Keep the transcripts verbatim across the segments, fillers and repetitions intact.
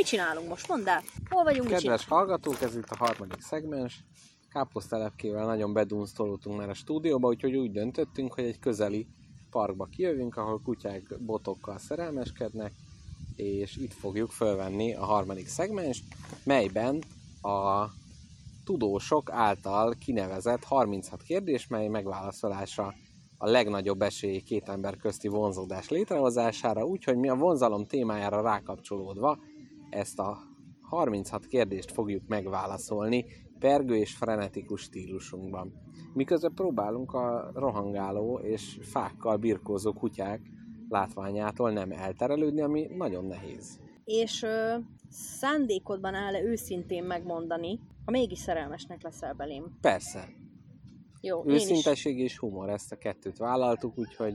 csinálunk most? Mondd el. Hol vagyunk? Kedves hallgatók, ez itt a harmadik szegmens. Káposztelepkével nagyon bedunsztolódtunk már a stúdióba, úgyhogy úgy döntöttünk, hogy egy közeli parkba kijövünk, ahol kutyák botokkal szerelmeskednek, és itt fogjuk fölvenni a harmadik szegmenst, melyben a tudósok által kinevezett harminchat kérdés, mely megválaszolása a legnagyobb esély két ember közti vonzódás létrehozására, úgyhogy mi a vonzalom témájára rákapcsolódva ezt a harminchat kérdést fogjuk megválaszolni pergő és frenetikus stílusunkban. Miközben próbálunk a rohangáló és fákkal birkózó kutyák látványától nem elterelődni, ami nagyon nehéz. És ö, szándékodban áll-e őszintén megmondani, ha mégis szerelmesnek leszel belém? Persze. Jó, őszintesség és humor, ezt a kettőt vállaltuk, úgyhogy...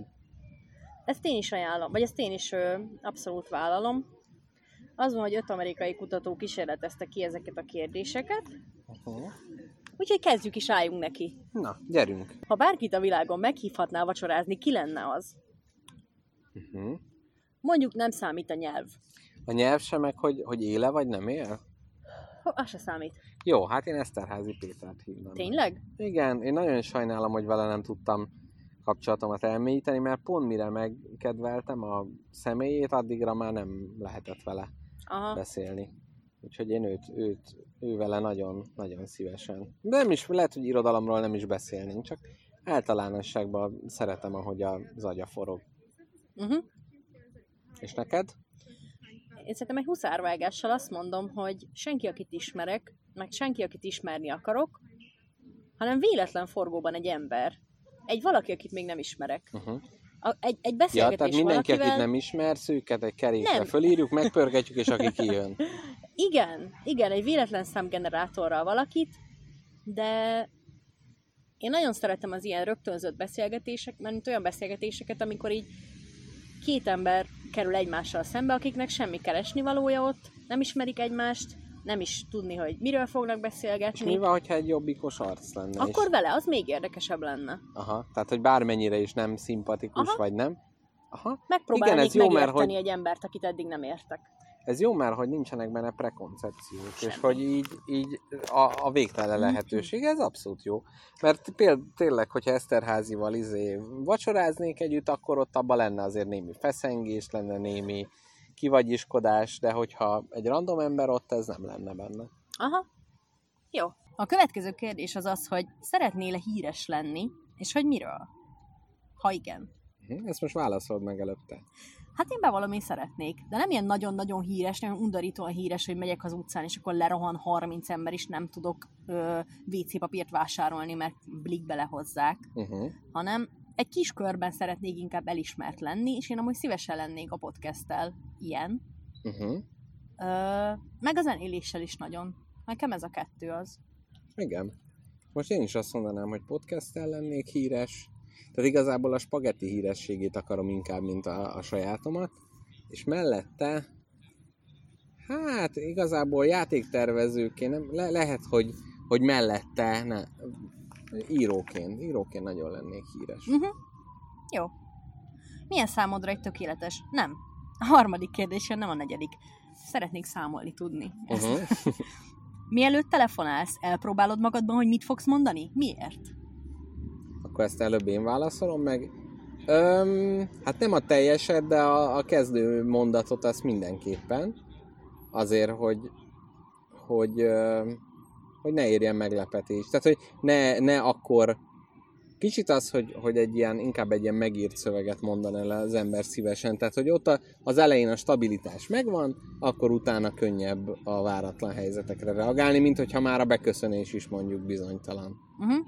Ezt én is ajánlom, vagy ezt én is ö, abszolút vállalom. Az van, hogy öt amerikai kutató kísérletezte ki ezeket a kérdéseket, uh-huh. Úgyhogy kezdjük is, álljunk neki. Na, gyerünk! Ha bárkit a világon meghívhatnál vacsorázni, ki lenne az? Uh-huh. Mondjuk nem számít a nyelv. A nyelv sem meg, hogy, hogy éle vagy nem él? Az se számít. Jó, hát én Eszterházy Pétert hívnám. Tényleg? Igen, én nagyon sajnálom, hogy vele nem tudtam kapcsolatomat elmélyíteni, mert pont mire megkedveltem a személyét, addigra már nem lehetett vele Aha. beszélni. Úgyhogy én őt, őt ő vele nagyon, nagyon szívesen. De nem is, lehet, hogy irodalomról nem is beszélnénk, csak általánosságban szeretem, ahogy az agya forog. Uh-huh. És neked? Én szerintem egy huszárvágással azt mondom, hogy senki, akit ismerek, meg senki, akit ismerni akarok, hanem véletlen forgóban egy ember. Egy valaki, akit még nem ismerek. Uh-huh. A, egy, egy beszélgetés ja, tehát mindenki, valakivel... akit nem ismersz, őket egy kerékre fölírjuk, megpörgetjük, és aki kijön. Igen, igen, egy véletlen számgenerátorral valakit, de én nagyon szeretem az ilyen rögtönzött beszélgetések, mert olyan beszélgetéseket, amikor így két ember kerül egymással szembe, akiknek semmi keresnivalója ott, nem ismerik egymást, nem is tudni, hogy miről fognak beszélgetni. És mi van, hogyha egy jobbikos arc lenne? Akkor és... vele, az még érdekesebb lenne. Aha, tehát, hogy bármennyire is nem szimpatikus, Aha. vagy nem. Aha. Megpróbálnék Igen, ez jó, megérteni mert, hogy... egy embert, akit eddig nem értek. Ez jó, mert hogy nincsenek benne prekoncepciók, Semmi. És hogy így, így a, a végtelen lehetőség, ez abszolút jó. Mert például tényleg, hogyha Eszterházival izé vacsoráznék együtt, akkor ott abban lenne azért némi feszengés, lenne némi kivagyiskodás, de hogyha egy random ember ott, ez nem lenne benne. Aha, jó. A következő kérdés az az, hogy szeretnél-e híres lenni, és hogy miről? Ha igen. Ezt most válaszold meg előtte. Hát én bevallom, én szeretnék, de nem ilyen nagyon-nagyon híres, nagyon undorítóan híres, hogy megyek az utcán, és akkor lerohan harminc ember, és nem tudok ö, vé cé papírt vásárolni, mert blikbe lehozzák, uh-huh. hanem egy kis körben szeretnék inkább elismert lenni, és én amúgy szívesen lennék a podcasttel ilyen. Uh-huh. Ö, meg a zenéléssel is nagyon. Nekem ez a kettő az. Igen. Most én is azt mondanám, hogy podcasttel lennék híres, tehát igazából a spagetti hírességét akarom inkább, mint a, a sajátomat, és mellette, hát igazából játéktervezőként, nem, le, lehet, hogy, hogy mellette, ne, íróként, íróként nagyon lennék híres. Uh-huh. Jó. Milyen számodra egy tökéletes? Nem. A harmadik kérdés, nem a negyedik. Szeretnék számolni tudni. Uh-huh. Mielőtt telefonálsz, elpróbálod magadban, hogy mit fogsz mondani? Miért? Akkor ezt előbb én válaszolom meg. Öm, hát nem a teljeset, de a, a kezdő mondatot azt mindenképpen. Azért, hogy, hogy, öm, hogy ne érjen meglepetés. Tehát, hogy ne, ne akkor... Kicsit az, hogy, hogy egy ilyen, inkább egy ilyen megírt szöveget mondan el az ember szívesen. Tehát, hogy ott a, az elején a stabilitás megvan, akkor utána könnyebb a váratlan helyzetekre reagálni, mint hogyha már a beköszönés is mondjuk bizonytalan. Uh-huh.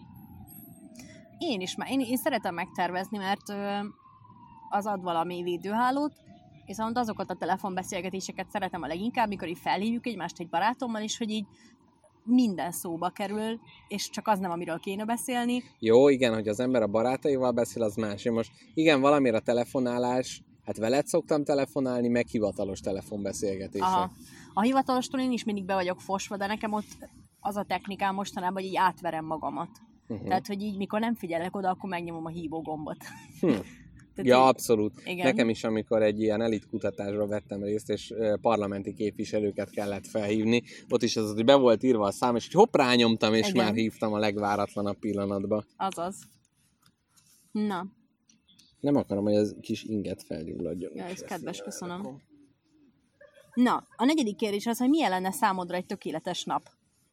Én is, én, én szeretem megtervezni, mert ö, az ad valami védőhálót, viszont azokat a telefonbeszélgetéseket szeretem a leginkább, mikor így felhívjuk egymást egy barátommal, és hogy így minden szóba kerül, és csak az nem, amiről kéne beszélni. Jó, igen, hogy az ember a barátaival beszél, az más. Én most igen, valamire a telefonálás, hát veled szoktam telefonálni, meg hivatalos telefonbeszélgetések. Aha. A hivatalostól én is mindig be vagyok fosva, de nekem ott az a technikám mostanában, hogy így átverem magamat. Uh-huh. Tehát, hogy így mikor nem figyelek oda, akkor megnyomom a hívó gombot. Hm. Tehát ja, így, abszolút. igen. Nekem is, amikor egy ilyen elitkutatásra vettem részt, és parlamenti képviselőket kellett felhívni, ott is az, hogy be volt írva a szám, és hopp, rányomtam, és Igen. már hívtam a legváratlanabb pillanatba. Azaz. Na. Nem akarom, hogy ez kis inget felgyulladjon. Ja, ez kedves, köszönöm. Na, a negyedik kérdés az, hogy milyen lenne számodra egy tökéletes nap?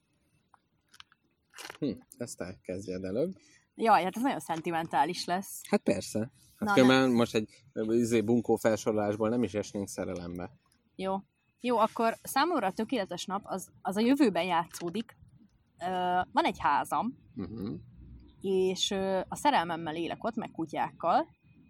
Hm, ezt elkezdjed előbb. Jaj, hát ez nagyon szentimentális lesz. Hát persze. Hát Na, különben most egy izé, bunkó felsorolásból nem is esnénk szerelembe. Jó. Jó, akkor számomra a tökéletes nap az, az a jövőben játszódik. Ö, van egy házam, Uh-huh. és ö, a szerelmemmel élek ott, meg kutyákkal,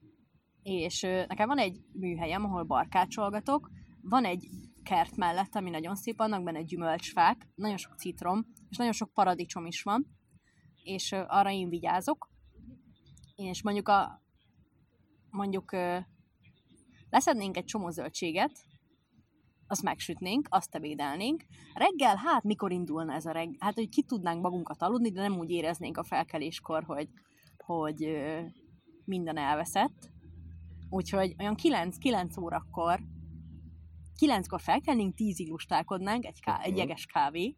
és ö, nekem van egy műhelyem, ahol barkácsolgatok, van egy kert mellett, ami nagyon szép, vannak benne gyümölcsfák, nagyon sok citrom, és nagyon sok paradicsom is van, és ö, arra én vigyázok, és mondjuk a mondjuk ö, leszednénk egy csomó zöldséget, azt megsütnénk, azt ebédelnénk. Reggel, hát mikor indulna ez a reggel? Hát, hogy ki tudnánk magunkat aludni, de nem úgy éreznénk a felkeléskor, hogy, hogy ö, minden elveszett. Úgyhogy olyan kilenc órakor, kilenckor felkelnénk, tízig lustálkodnánk, egy, ká- egy jeges kávé,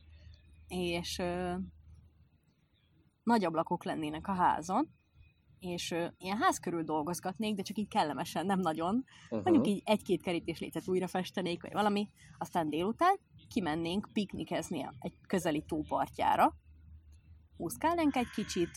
és ö, nagy ablakok lennének a házon, és ö, ilyen ház körül dolgozgatnék, de csak így kellemesen, nem nagyon. Uh-huh. Mondjuk így egy-két kerítéslécet újra festenék, vagy valami, aztán délután kimennénk piknikezni egy közeli tópartjára, úszkálnánk egy kicsit,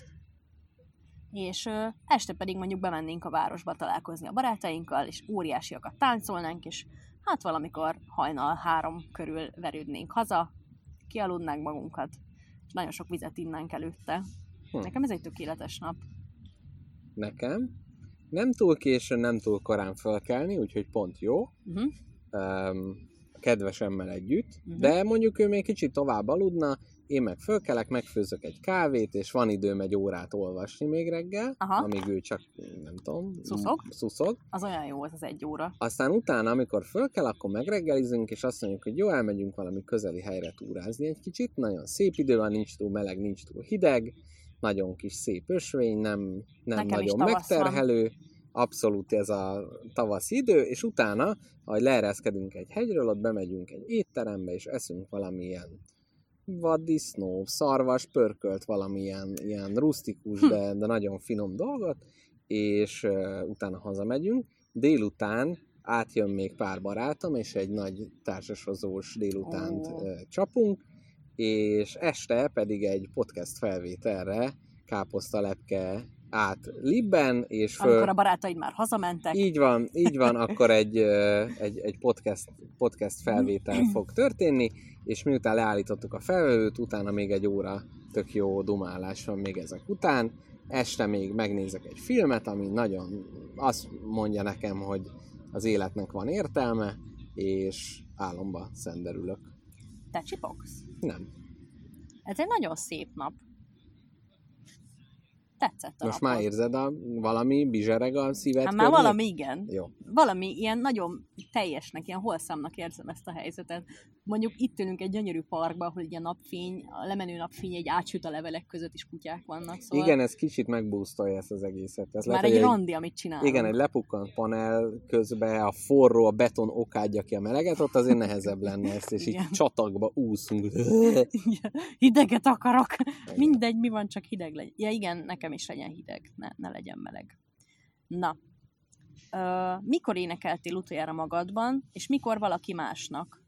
és ö, este pedig mondjuk bemennénk a városba találkozni a barátainkkal, és óriásiakat táncolnánk, és hát valamikor hajnal három körül verődnénk haza, kialudnánk magunkat, és nagyon sok vizet innánk előtte. Hm. Nekem ez egy tökéletes nap. Nekem nem túl későn, nem túl korán felkelni, úgyhogy pont jó. Uh-huh. Um, a kedvesemmel együtt, Uh-huh. de mondjuk ő még kicsit tovább aludna, én meg fölkelek, megfőzök egy kávét, és van időm egy órát olvasni még reggel, Aha. amíg ő csak, nem tudom, Szuszog? szuszog. Az olyan jó, az az egy óra. Aztán utána, amikor fölkel, akkor megreggelizünk, és azt mondjuk, hogy jó, elmegyünk valami közeli helyre túrázni egy kicsit. Nagyon szép idő van, nincs túl meleg, nincs túl hideg, nagyon kis szép ösvény, nem, nem Nekem is nagyon tavasz van. megterhelő. Abszolút ez a tavaszi idő, és utána, ahogy leereszkedünk egy hegyről, ott bemegyünk egy étterembe, és eszünk valamilyen vaddisznó, szarvas, pörkölt valamilyen ilyen rustikus, Hm. de, de nagyon finom dolgot, és uh, utána hazamegyünk. Délután átjön még pár barátom, és egy nagy társashozós délutánt Ó. uh, csapunk, és este pedig egy podcast felvételre káposztalepke át Libben, és föl... Amikor a barátaid már hazamentek. Így van, így van, akkor egy, ö, egy, egy podcast, podcast felvétel fog történni, és miután leállítottuk a felvevőt, utána még egy óra tök jó dumálás van még ezek után. Este még megnézek egy filmet, ami nagyon azt mondja nekem, hogy az életnek van értelme, és álomba szenderülök. Te csipogsz? Nem. Ez egy nagyon szép nap. Tetszett a Most napod. már érzed a valami bizsereg a szíved Hát már körül? valami igen. Jó. Valami ilyen nagyon teljesnek, ilyen holszámnak érzem ezt a helyzetet. Mondjuk itt ülünk egy gyönyörű parkba, ahol így a napfény, a lemenő napfény egy átsüt a levelek között, és kutyák vannak. Szóval Igen, ez kicsit megbúztolja ezt az egészet. Ez már lehet, egy hogy randi, amit csinálunk. Igen, egy lepukkant panel közben a forró, a beton okádja ki a meleget, ott azért nehezebb lenne ezt, és Igen. így csatagba úszunk. Igen. Hideget akarok. Igen. Mindegy, mi van, csak hideg legyen. Ja igen, nekem is legyen hideg, ne, ne legyen meleg. Na, Ö, mikor énekeltél utoljára magadban, és mikor valaki másnak?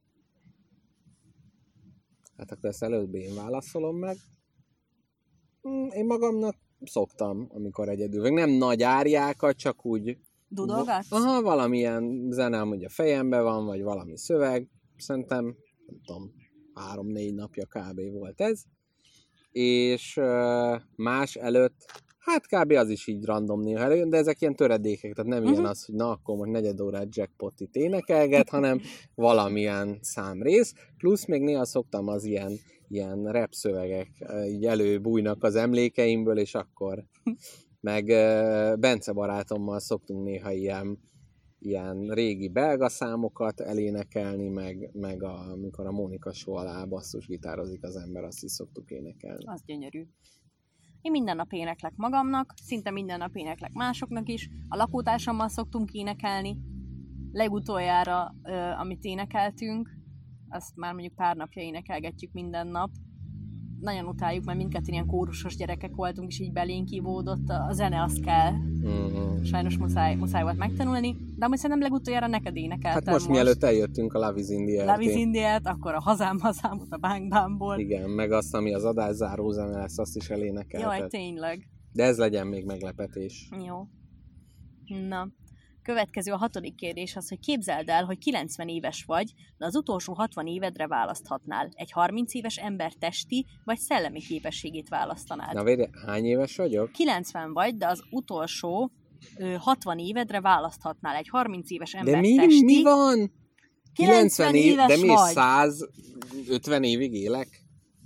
Hát akkor ezt előbb én válaszolom meg. Hmm, Én magamnak szoktam, amikor egyedül. Vagy nem nagy áriákat, csak úgy... Dudolgatsz? Aha, valamilyen zene, amúgy a fejemben van, vagy valami szöveg. Szerintem, nem tudom, három-négy napja kb. Volt ez. És uh, más előtt, hát kb. Az is így random néha előjön, de ezek ilyen töredékek, tehát nem uh-huh. ilyen az, hogy na akkor most negyed órát jackpot itt énekelget, hanem valamilyen számrész. Plusz még néha szoktam az ilyen, ilyen rap szövegek uh, így előbújnak az emlékeimből, és akkor meg uh, Bence barátommal szoktunk néha ilyen ilyen régi belga számokat elénekelni, meg, meg a, amikor a Mónika Show alá basszusgitározik az ember, azt is szoktuk énekelni. Az gyönyörű. Én minden nap éneklek magamnak, szinte minden nap éneklek másoknak is. A lakótársammal szoktunk énekelni. Legutoljára, ö, amit énekeltünk, azt már mondjuk pár napja énekelgetjük minden nap. Nagyon utáljuk, mert mindketten ilyen kórusos gyerekek voltunk, és így belénk ivódott. A zene az kell. Mm-hmm. Sajnos muszáj, muszáj volt megtanulni. De amúgy szerintem legutoljára neked énekeltem. Hát most, most. mielőtt eljöttünk a Love is in the Air-t. Love is in the Air-t, akkor a Hazám Hazámot a Bang Bangból. Igen, meg azt, ami az adás záró zene lesz, azt is elénekelted. Jaj, tényleg. De ez legyen még meglepetés. Jó. Na. Következő a hatodik kérdés az, hogy képzeld el, hogy kilencven éves vagy, de az utolsó hatvan évedre választhatnál. Egy harminc éves ember testi vagy szellemi képességét választanád. Na vérj, hány éves vagyok? kilencven vagy, de az utolsó ö, hatvan évedre választhatnál. Egy harminc éves ember de mi, testi. mi van? kilencven éves de mi vagy. száz ötven évig élek?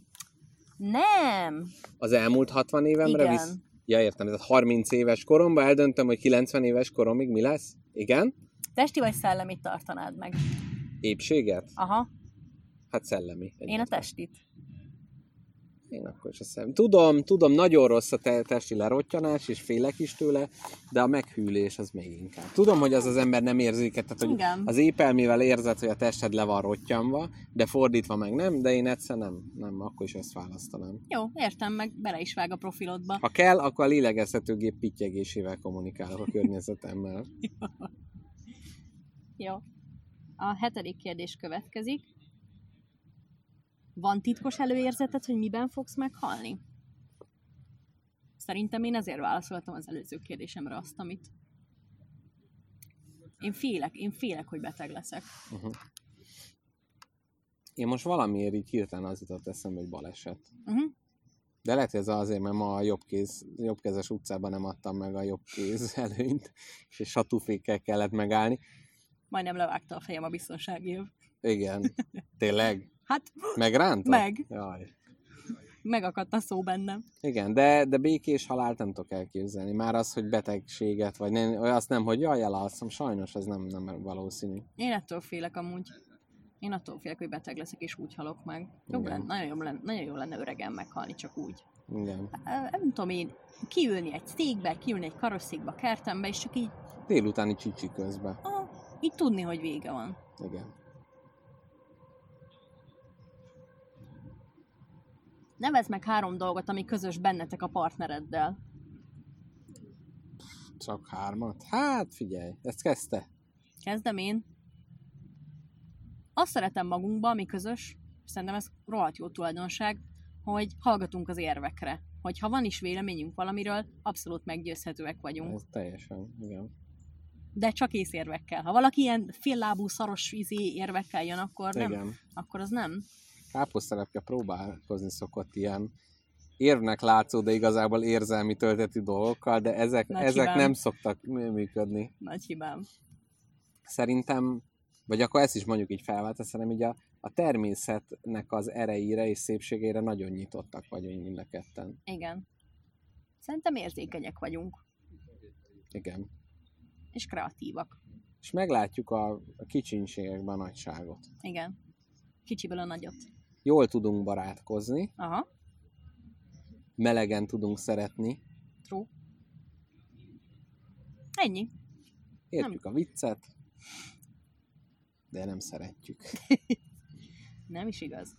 Nem. Az elmúlt hatvan évemre Igen. visz? Ja, értem, ez a harminc éves koromban eldöntöm, hogy kilencven éves koromig mi lesz? Igen? Testi vagy szellemit tartanád meg? Épséget? Aha. Hát szellemi. Én a Egyetlen. testit. Én akkor is a szellemi. Tudom, tudom, nagyon rossz a te- testi lerottyanás, és félek is tőle, de a meghűlés az még inkább. Tudom, hogy az az ember nem érzéket, tehát hogy Igen. az épelmével érzed, hogy a tested le van rottyanva, de fordítva meg nem, de én egyszer nem, nem, akkor is ezt választanám. Jó, értem, meg bele is vág a profilodba. Ha kell, akkor a lélegeztetőgép pittyegésével kommunikálok a környezetemmel. Jó. A hetedik kérdés következik. Van titkos előérzeted, hogy miben fogsz meghalni? Szerintem én ezért válaszoltam az előző kérdésemre azt, amit... Én félek, én félek, hogy beteg leszek. Uh-huh. Én most valamiért így hirtelen az jutott eszembe, hogy baleset. Uh-huh. De lehet, hogy ez azért, mert ma a jobbkéz, jobbkezes utcában nem adtam meg a jobbkéz előnyt, és egy satúfékkel kellett megállni. Majdnem levágta a fejem a biztonsági öv. Igen. Tényleg? Hát... Megrántott? Meg. Jaj. Megakadt a szó bennem. Igen, de, de békés halált nem tudok elképzelni. Már az, hogy betegséget, vagy nem, azt nem, hogy jaj, elalszom, sajnos ez nem, nem valószínű. Én ettől félek amúgy. Én attól félek, hogy beteg leszek, és úgy halok meg. Jobb lenne, nagyon, jó lenne, nagyon jó lenne öregen meghalni, csak úgy. Igen. Nem tudom én, kiülni egy székbe, kiülni egy karosszékbe a kertembe, és csak így... Délutáni csicsi közben. Ah, így tudni, hogy vége van. Igen. Nevezd meg három dolgot, ami közös bennetek a partnereddel. Csak hármat? Hát figyelj, ezt kezdte. Kezdem én. Azt szeretem magunkba, ami közös, szerintem ez rohadt jó tulajdonság, hogy hallgatunk az érvekre. Hogy ha van is véleményünk valamiről, abszolút meggyőzhetőek vagyunk. Ez teljesen, igen. De csak észérvekkel. Ha valaki ilyen féllábú, szaros izé érvekkel jön, akkor nem. Igen. Akkor az nem. Káposztelepke próbálkozni szokott ilyen érvnek látszó, de igazából érzelmi töltetű dolgokkal, de ezek, ezek nem szoktak működni. Nagy hibám. Szerintem, vagy akkor ezt is mondjuk így felváltva, szerintem így a, a természetnek az ereire és szépségére nagyon nyitottak vagyunk mind a ketten. Igen. Szerintem érzékenyek vagyunk. Igen. És kreatívak. És meglátjuk a, a kicsinségekben a nagyságot. Igen. Kicsiből a nagyot. Jól tudunk barátkozni. Aha. Melegen tudunk szeretni. True. Ennyi. Értjük nem. a viccet, de nem szeretjük. Nem is igaz.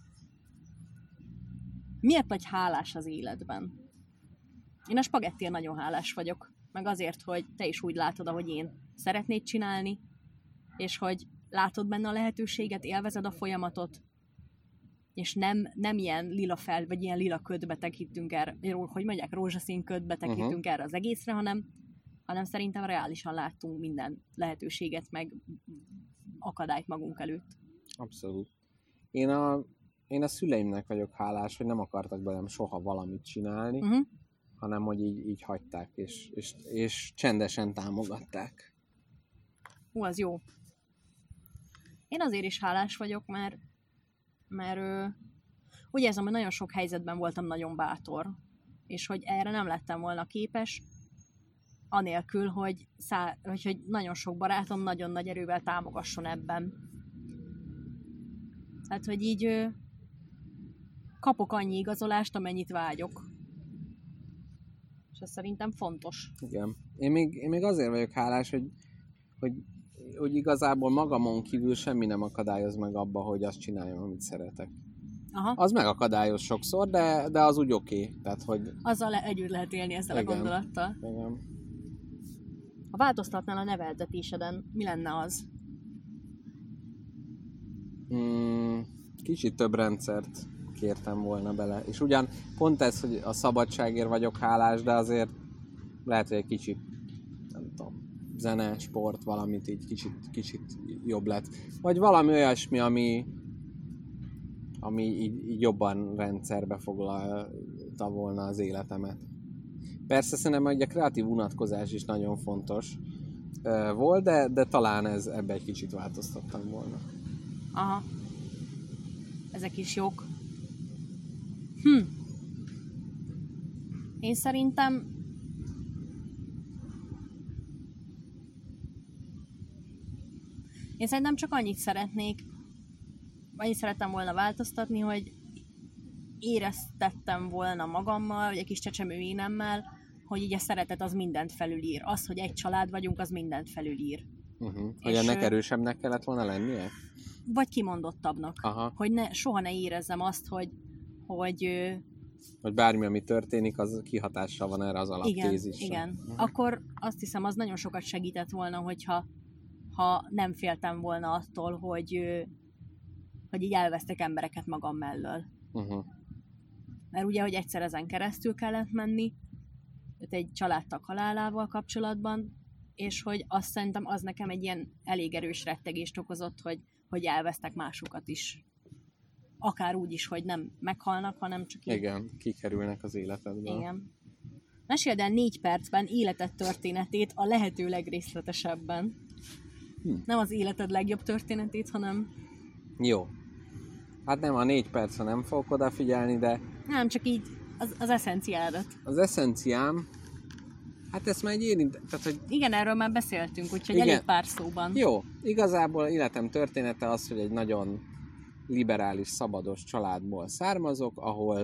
Miért vagy hálás az életben? Én a spagettiért nagyon hálás vagyok. Meg azért, hogy te is úgy látod, ahogy én szeretnéd csinálni, és hogy látod benne a lehetőséget, élvezed a folyamatot, és nem, nem ilyen lila fel, vagy ilyen lila ködbe tekintünk erre, hogy mondják, rózsaszín ködbe tekintünk uh-huh. erre az egészre, hanem, hanem szerintem reálisan láttunk minden lehetőséget, meg akadályt magunk előtt. Abszolút. Én a, én a szüleimnek vagyok hálás, hogy nem akartak velem soha valamit csinálni, uh-huh. hanem hogy így, így hagyták, és, és, és csendesen támogatták. Hú, az jó. Én azért is hálás vagyok, mert, mert ö, úgy érzem, hogy nagyon sok helyzetben voltam nagyon bátor, és hogy erre nem lettem volna képes, anélkül, hogy, szá, hogy, hogy nagyon sok barátom nagyon nagy erővel támogasson ebben. Tehát, hogy így ö, kapok annyi igazolást, amennyit vágyok. És ez szerintem fontos. Igen. Én még, én még azért vagyok hálás, hogy, hogy, hogy igazából magamon kívül semmi nem akadályoz meg abba, hogy azt csináljam, amit szeretek. Aha. Az megakadályoz sokszor, de, de az úgy oké. Okay. Tehát, hogy... Azzal le, együtt lehet élni ezzel Igen. a gondolattal. Igen. Ha változtatnál a neveltetéseden, mi lenne az? Hmm, kicsit több rendszert kértem volna bele. És ugyan pont ez, hogy a szabadságért vagyok hálás, de azért lehet, hogy egy kicsit, nem tudom, zene, sport, valamit így kicsit, kicsit jobb lett. Vagy valami olyasmi, ami, ami így, így jobban rendszerbe foglalta volna az életemet. Persze szerintem, hogy a kreatív unatkozás is nagyon fontos volt, de, de talán ez ebbe egy kicsit változtattam volna. Aha. Ezek is jók. Hm. Én szerintem Én szerintem csak annyit szeretnék, annyit szerettem volna változtatni, hogy éreztettem volna magammal, vagy egy kis csecsemő énemmel, hogy így a szeretet az mindent felülír. Az, hogy egy család vagyunk, az mindent felülír. Uh-huh. Hogy ennek erősebbnek kellett volna lennie? Vagy kimondottabbnak. Aha. Hogy ne, soha ne érezzem azt, hogy, hogy hogy bármi, ami történik, az kihatással van erre az alaptézisre. Igen, igen. Uh-huh. Akkor azt hiszem, az nagyon sokat segített volna, hogyha ha nem féltem volna attól, hogy, hogy így elvesztek embereket magam mellől. Uh-huh. Mert ugye, hogy egyszer ezen keresztül kellett menni, egy családtag halálával kapcsolatban, és hogy azt szerintem az nekem egy ilyen elég erős rettegést okozott, hogy, hogy elvesztek másokat is. Akár úgy is, hogy nem meghalnak, hanem csak így... Igen, kikerülnek az életedből. Igen. Meséld el négy percben életed történetét a lehető legrészletesebben. Hm. Nem az életed legjobb történetét, hanem... Jó. Hát nem, a négy percre nem fogok odafigyelni, de... Nem, csak így az, az eszenciádat. Az eszenciám... Hát ezt már egy érint... Tehát, hogy... Igen, erről már beszéltünk, úgyhogy Igen. elég pár szóban. Jó. Igazából életem története az, hogy egy nagyon liberális, szabados családból származok, ahol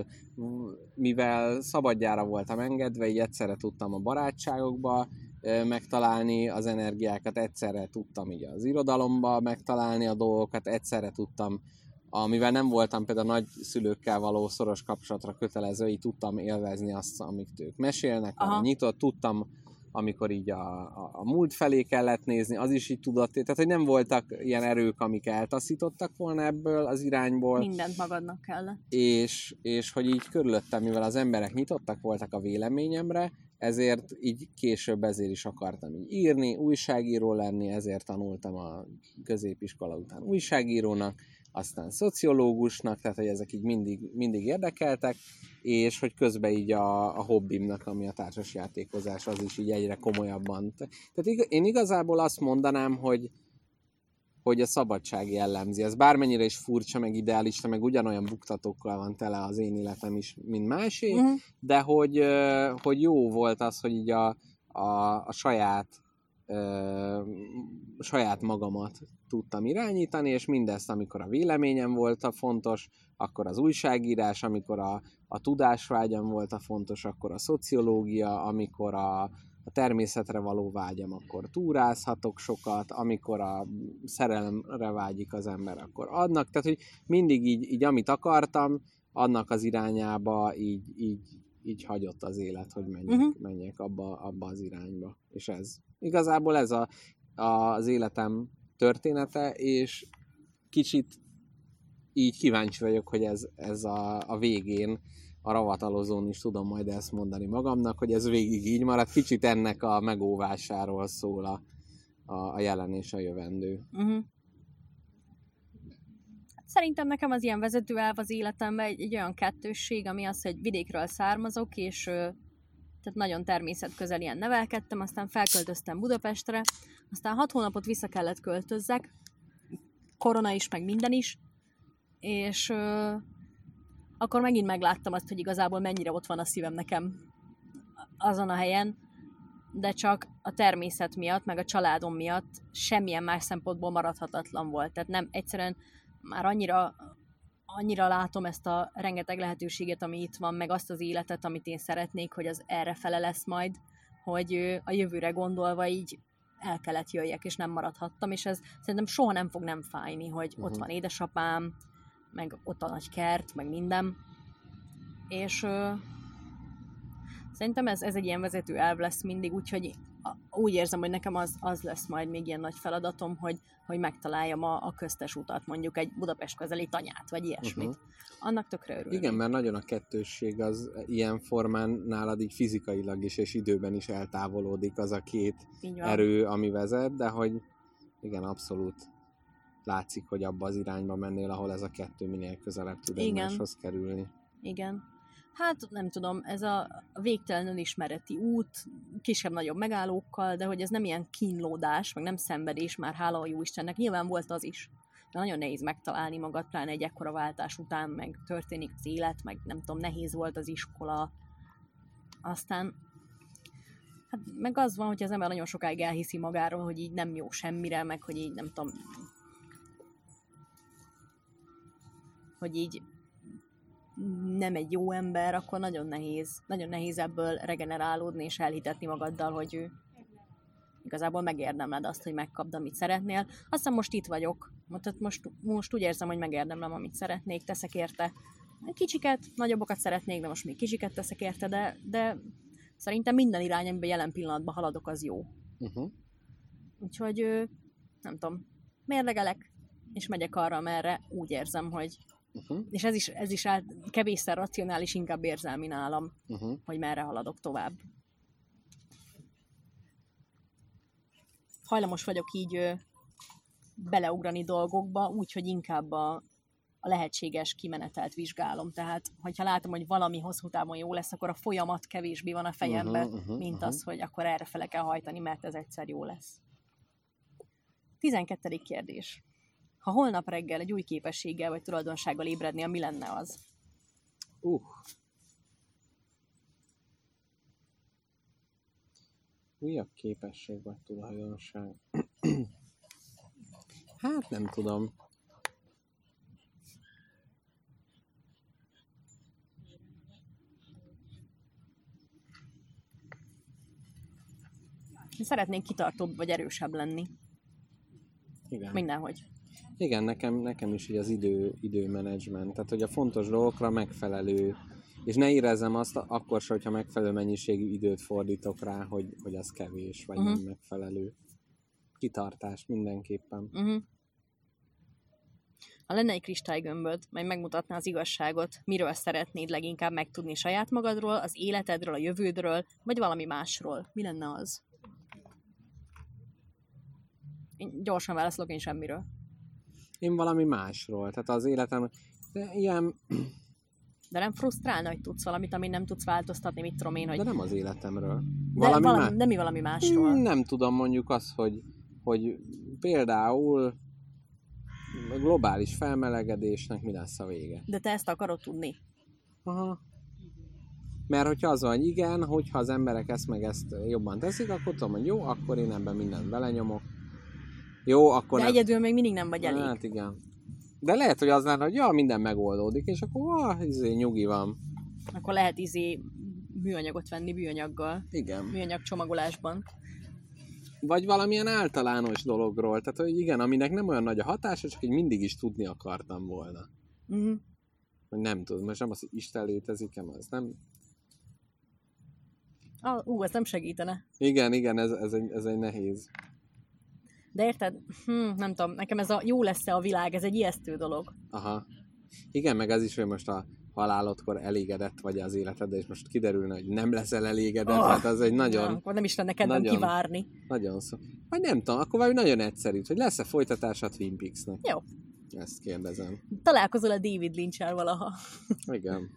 mivel szabadjára voltam engedve, így egyszerre tudtam a barátságokba megtalálni az energiákat, egyszerre tudtam így az irodalomba megtalálni a dolgokat, egyszerre tudtam, amivel nem voltam például nagyszülőkkel való szoros kapcsolatra kötelező, így tudtam élvezni azt, amit ők mesélnek, arra nyitott, tudtam, amikor így a, a, a múlt felé kellett nézni, az is így tudott, tehát hogy nem voltak ilyen erők, amik eltaszítottak volna ebből az irányból. Mindent magadnak kellett. És, és hogy így körülöttem, mivel az emberek nyitottak voltak a véleményemre, ezért így később ezért is akartam így írni, újságíró lenni, ezért tanultam a középiskola után újságírónak, aztán szociológusnak, tehát hogy ezek így mindig, mindig érdekeltek, és hogy közben így a, a hobbimnak, ami a társasjátékozás, az is így egyre komolyabban. Tehát ig- én igazából azt mondanám, hogy, hogy a szabadság jellemzi. Ez bármennyire is furcsa, meg idealista, meg ugyanolyan buktatókkal van tele az én életem is, mint másé, uh-huh. de hogy, hogy jó volt az, hogy így a, a, a saját Ö, saját magamat tudtam irányítani, és mindezt, amikor a véleményem volt a fontos, akkor az újságírás, amikor a, a tudásvágyam volt a fontos, akkor a szociológia, amikor a, a természetre való vágyam, akkor túrázhatok sokat, amikor a szerelemre vágyik az ember, akkor adnak, tehát hogy mindig így, így amit akartam, annak az irányába így, így így hagyott az élet, hogy menjek, uh-huh. menjek abba, abba az irányba. És ez. Igazából ez a, a, az életem története, és kicsit így kíváncsi vagyok, hogy ez, ez a, a végén, a ravatalozón is tudom majd ezt mondani magamnak, hogy ez végig így marad. Kicsit ennek a megóvásáról szól a, a, a jelen és a jövendő. Uh-huh. Szerintem nekem az ilyen vezetőelv az életemben egy, egy olyan kettősség, ami az, hogy vidékről származok, és ö, tehát nagyon természetközelien nevelkedtem, aztán felköltöztem Budapestre, aztán hat hónapot vissza kellett költözzek, korona is, meg minden is, és ö, akkor megint megláttam azt, hogy igazából mennyire ott van a szívem nekem azon a helyen, de csak a természet miatt, meg a családom miatt semmilyen más szempontból maradhatatlan volt. Tehát nem egyszerűen már annyira annyira látom ezt a rengeteg lehetőséget, ami itt van, meg azt az életet, amit én szeretnék, hogy az errefele lesz majd, hogy a jövőre gondolva így el kellett jöjjek, és nem maradhattam, és ez szerintem soha nem fog nem fájni, hogy uh-huh. ott van édesapám, meg ott a nagy kert, meg minden. És ö, szerintem ez, ez egy ilyen vezető elv lesz mindig, úgyhogy úgy érzem, hogy nekem az, az lesz majd még ilyen nagy feladatom, hogy, hogy megtaláljam a, a köztes utat, mondjuk egy Budapest közeli tanyát, vagy ilyesmit. Uh-huh. Annak tökre örülnék. Igen, mert nagyon a kettősség az ilyen formán nálad így fizikailag is és időben is eltávolodik az a két erő, ami vezet, de hogy igen, abszolút látszik, hogy abba az irányba mennél, ahol ez a kettő minél közelebb tud egymáshoz kerülni. Igen. Hát nem tudom, ez a végtelen önismereti út, kisebb-nagyobb megállókkal, de hogy ez nem ilyen kínlódás, meg nem szenvedés, már hála a Jóistennek, nyilván volt az is. De nagyon nehéz megtalálni magad, pláne egy ekkora váltás után, meg történik az élet, meg nem tudom, nehéz volt az iskola. Aztán, hát meg az van, hogy az ember nagyon sokáig elhiszi magáról, hogy így nem jó semmire, meg hogy így nem tudom, hogy így nem egy jó ember, akkor nagyon nehéz, nagyon nehéz ebből regenerálódni és elhitetni magaddal, hogy ő igazából megérdemled azt, hogy megkapd, amit szeretnél. Aztán most itt vagyok. Most, most úgy érzem, hogy megérdemlem, amit szeretnék, teszek érte. Kicsiket, nagyobbakat szeretnék, de most még kicsiket teszek érte, de, de szerintem minden irány, amiben jelen pillanatban haladok, az jó. Uh-huh. Úgyhogy nem tudom, mérlegelek, és megyek arra, amerre úgy érzem, hogy Uh-huh. és ez is, ez is áll, kevésszer racionális, inkább érzelmi nálam, uh-huh. hogy merre haladok tovább. Hajlamos vagyok így ö, beleugrani dolgokba, úgyhogy inkább a, a lehetséges kimenetelt vizsgálom. Tehát, hogyha látom, hogy valami hosszú távon jó lesz, akkor a folyamat kevésbé van a fejemben, uh-huh, uh-huh, mint uh-huh. az, hogy akkor erre fele kell hajtani, mert ez egyszer jó lesz. tizenkettedik kérdés. Ha holnap reggel egy új képességgel vagy tulajdonsággal ébrednél, mi lenne az? Uh. Újabb képesség vagy tulajdonság? Hát nem tudom. Szeretnénk kitartóbb vagy erősebb lenni. Igen. Mindenhogy. Igen, nekem, nekem is így az idő, időmenedzsment. Tehát, hogy a fontos dolgokra megfelelő, és ne érezzem azt akkor se, hogyha megfelelő mennyiségű időt fordítok rá, hogy, hogy az kevés, vagy uh-huh. nem megfelelő. Kitartás mindenképpen. Uh-huh. Ha lenne egy kristálygömböd, majd megmutatná az igazságot, miről szeretnéd leginkább megtudni saját magadról, az életedről, a jövődről, vagy valami másról, mi lenne az? Én gyorsan válaszolok, én semmiről. Én valami másról. Tehát az életem ilyen... De nem frusztrálna, hogy tudsz valamit, amit nem tudsz változtatni, mit tudom én, hogy... De nem az életemről. Valami de, valami, má... de mi valami másról? Nem tudom, mondjuk az, hogy, hogy például a globális felmelegedésnek mi lesz a vége. De te ezt akarod tudni? Aha. Mert hogyha az van, hogy igen, hogyha az emberek ezt meg ezt jobban teszik, akkor tudom, hogy jó, akkor én ebben mindent belenyomok. Jó, akkor de nem... egyedül még mindig nem vagy elég. Hát igen. De lehet, hogy az lenne, hogy ja, minden megoldódik, és akkor ah, izé, nyugi van. Akkor lehet izé műanyagot venni műanyaggal. Igen. Műanyag csomagolásban. Vagy valamilyen általános dologról. Tehát, hogy igen, aminek nem olyan nagy a hatása, csak így mindig is tudni akartam volna. Uh-huh. Hogy nem tudom, most nem az, hogy Isten létezik, az nem... Ah, ú, ez nem segítene. Igen, igen, ez, ez, egy, ez egy nehéz. De érted? Hm, nem tudom, nekem ez a jó lesz-e a világ, ez egy ijesztő dolog. Aha. Igen, meg az is, hogy most a halálodkor elégedett vagy az életed, és most kiderülne, hogy nem leszel elégedett, oh, hát az egy nagyon... Akkor nem is lenne kedvem nagyon, kivárni. Nagyon szó. Vagy nem tudom, akkor valami nagyon egyszerű, hogy lesz-e folytatása a Twin Peaks-nek? Jó. Ezt kérdezem. Találkozol a David Lynch-el valaha? Igen.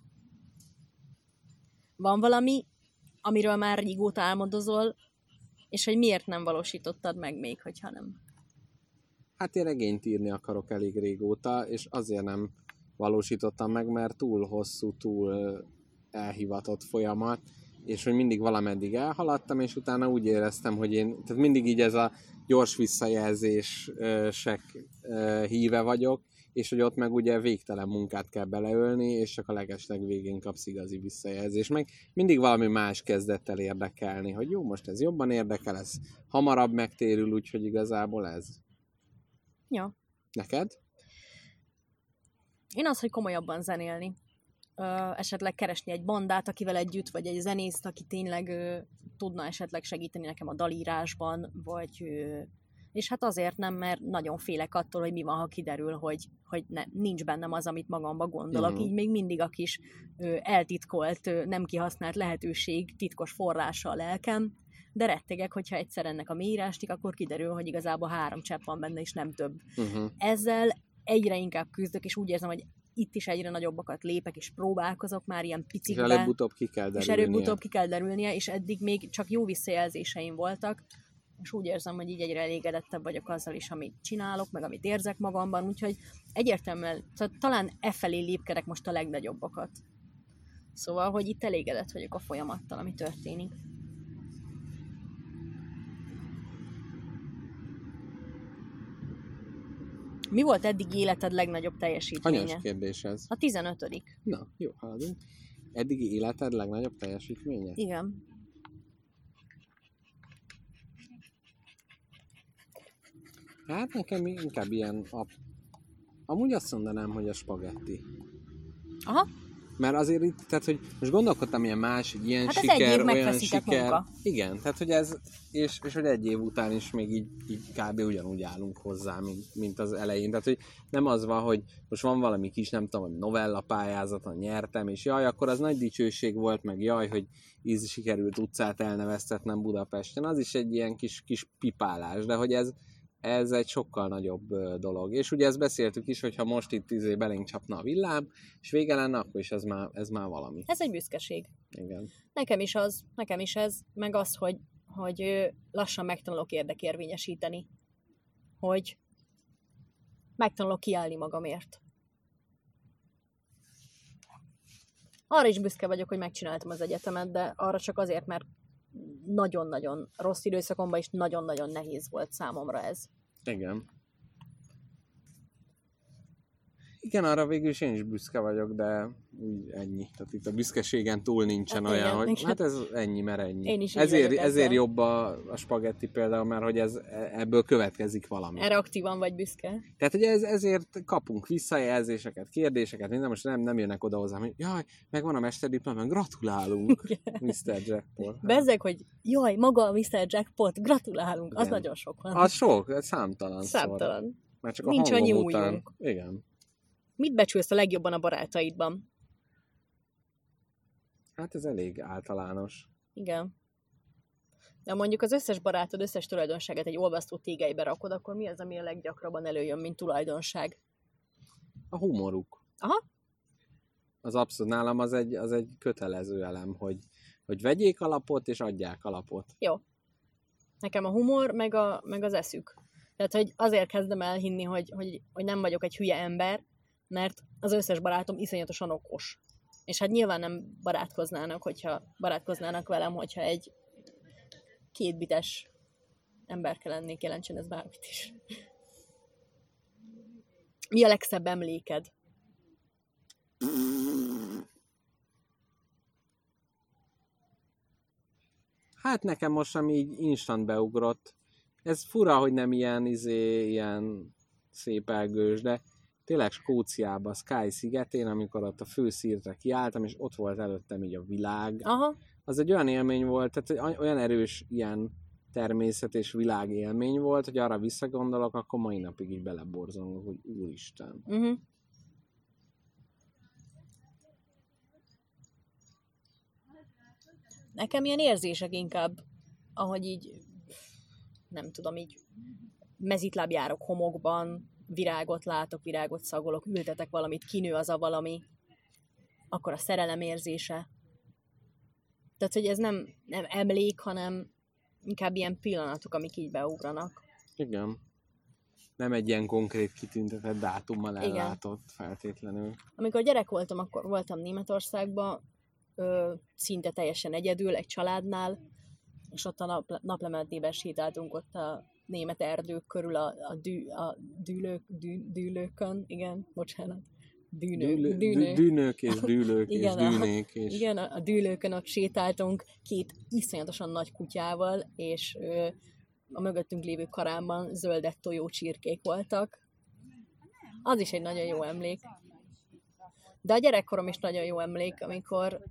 Van valami, amiről már régóta álmodozol, és hogy miért nem valósítottad meg még, hogyha nem? Hát én regényt írni akarok elég régóta, és azért nem valósítottam meg, mert túl hosszú, túl elhivatott folyamat, és hogy mindig valameddig elhaladtam, és utána úgy éreztem, hogy én, tehát mindig így ez a gyors visszajelzések híve vagyok, és hogy ott meg ugye végtelen munkát kell beleölni, és csak a legesleg végén kapsz igazi visszajelzést. Meg mindig valami más kezdett el érdekelni, hogy jó, most ez jobban érdekel, ez hamarabb megtérül, úgyhogy igazából ez. Ja. Neked? Én az, hogy komolyabban zenélni. Ö, esetleg keresni egy bandát, akivel együtt, vagy egy zenészt, aki tényleg ö, tudna esetleg segíteni nekem a dalírásban, vagy... Ö, és hát azért nem, mert nagyon félek attól, hogy mi van, ha kiderül, hogy, hogy ne, nincs bennem az, amit magamba gondolok. Uh-huh. Így még mindig a kis ö, eltitkolt, ö, nem kihasznált lehetőség, titkos forrása a lelkem, de rettegek, hogyha egyszer ennek a mélyírástik, akkor kiderül, hogy igazából három csepp van benne, és nem több. Uh-huh. Ezzel egyre inkább küzdök, és úgy érzem, hogy itt is egyre nagyobbakat lépek, és próbálkozok már ilyen picikbe. És előbb-utóbb ki kell derülnie. És előbb-utóbb ki kell derülnie, és eddig még csak jó visszajelzéseim voltak, és úgy érzem, hogy így egyre elégedettebb vagyok azzal is, amit csinálok, meg amit érzek magamban, úgyhogy egyértelműen, talán e felé lépkedek most a legnagyobbakat. Szóval, hogy itt elégedett vagyok a folyamattal, ami történik. Mi volt eddig életed legnagyobb teljesítménye? Hanyas kérdés ez? A tizenötödik. Na, jó, haladunk. Eddigi életed legnagyobb teljesítménye? Igen. Hát nekem inkább ilyen... A... Amúgy azt mondanám, hogy a spagetti. Aha. Mert azért itt, tehát hogy most gondolkodtam ilyen más, egy ilyen hát siker, olyan siker. Munka. Igen, tehát hogy ez, és, és hogy egy év után is még így, így kb. Ugyanúgy állunk hozzá, mint, mint az elején. Tehát, hogy nem az van, hogy most van valami kis, nem tudom, novella pályázaton nyertem, és jaj, akkor az nagy dicsőség volt, meg jaj, hogy íz sikerült utcát elneveztetnem Budapesten. Az is egy ilyen kis, kis pipálás, de hogy ez ez egy sokkal nagyobb dolog. És ugye ezt beszéltük is, hogy ha most itt izé belénk csapna a villám, és vége lenne, akkor is ez már, ez már valami. Ez egy büszkeség. Igen. Nekem is az, nekem is ez, meg az, hogy, hogy lassan megtanulok érdekérvényesíteni. Hogy megtanulok kiállni magamért. Arra is büszke vagyok, hogy megcsináltam az egyetemet, de arra csak azért, mert nagyon-nagyon rossz időszakomban is nagyon-nagyon nehéz volt számomra ez. Igen. Igen, arra végül is én is büszke vagyok, de úgy ennyi. Tehát itt a büszkeségen túl nincsen hát olyan, igen, hogy igen. Hát ez ennyi, mert ennyi. Én is ezért, ezért jobb a, a spagetti például, mert hogy ez, ebből következik valami. Erre aktívan vagy büszke. Tehát ugye ez, ezért kapunk visszajelzéseket, kérdéseket, minden most nem, nem jönnek oda hozzám, hogy jaj, megvan a mesterdiplomám, gratulálunk, miszter Jackpot. Bezzeg, hogy jaj, maga a miszter Jackpot, gratulálunk, igen. Az nagyon sok van. Az sok, ez számtalan. Számtalan. Szor. Már csak nincs a hangom annyi után. újunk. Igen. Mit becsülsz a legjobban a barátaidban? Hát ez elég általános. Igen. De mondjuk az összes barátod, összes tulajdonságát egy olvasztó tégelybe rakod, akkor mi az, ami a leggyakrabban előjön, mint tulajdonság? A humoruk. Aha. Az abszolút nálam az egy, az egy kötelező elem, hogy, hogy vegyék alapot és adják alapot. Jó. Nekem a humor, meg, a, meg az eszük. Tehát, hogy azért kezdem el hinni, hogy, hogy, hogy nem vagyok egy hülye ember, mert az összes barátom iszonyatosan okos. És hát nyilván nem barátkoznának, hogyha barátkoznának velem, hogyha egy kétbites emberke lennék, jelentsen ez bármit is. Mi a legszebb emléked? Hát nekem most, ami így instant beugrott, ez fura, hogy nem ilyen, izé, ilyen szép elgős, de tényleg Skóciában, Skye szigetén, amikor ott a főszírtre kiálltam, és ott volt előttem így a világ. Aha. Az egy olyan élmény volt, tehát olyan erős ilyen természet és világ élmény volt, hogy arra visszagondolok, akkor mai napig így beleborzongok, hogy úristen. Uh-huh. Nekem ilyen érzések inkább, ahogy így, nem tudom, így mezitláb járok homokban, virágot látok, virágot szagolok, ültetek valamit, kinő az a valami, akkor a szerelem érzése. Tehát, hogy ez nem, nem emlék, hanem inkább ilyen pillanatok, amik így beugranak. Igen. Nem egy ilyen konkrét kitüntetett dátummal ellátott feltétlenül. Amikor gyerek voltam, akkor voltam Németországban, ö, szinte teljesen egyedül, egy családnál, és ott a nap, naplementében sétáltunk ott a német erdők körül a, a, dű, a dűlők, dű, dűlőkön, igen, bocsánat, dűnők, Dűlő, dűnők. dűnők és dűlők igen, és dűnék. És... igen, a, a dűlőkön ott sétáltunk két iszonyatosan nagy kutyával, és ö, a mögöttünk lévő karámban zöldet tojó csirkék voltak. Az is egy nagyon jó emlék. De a gyerekkorom is nagyon jó emlék, amikor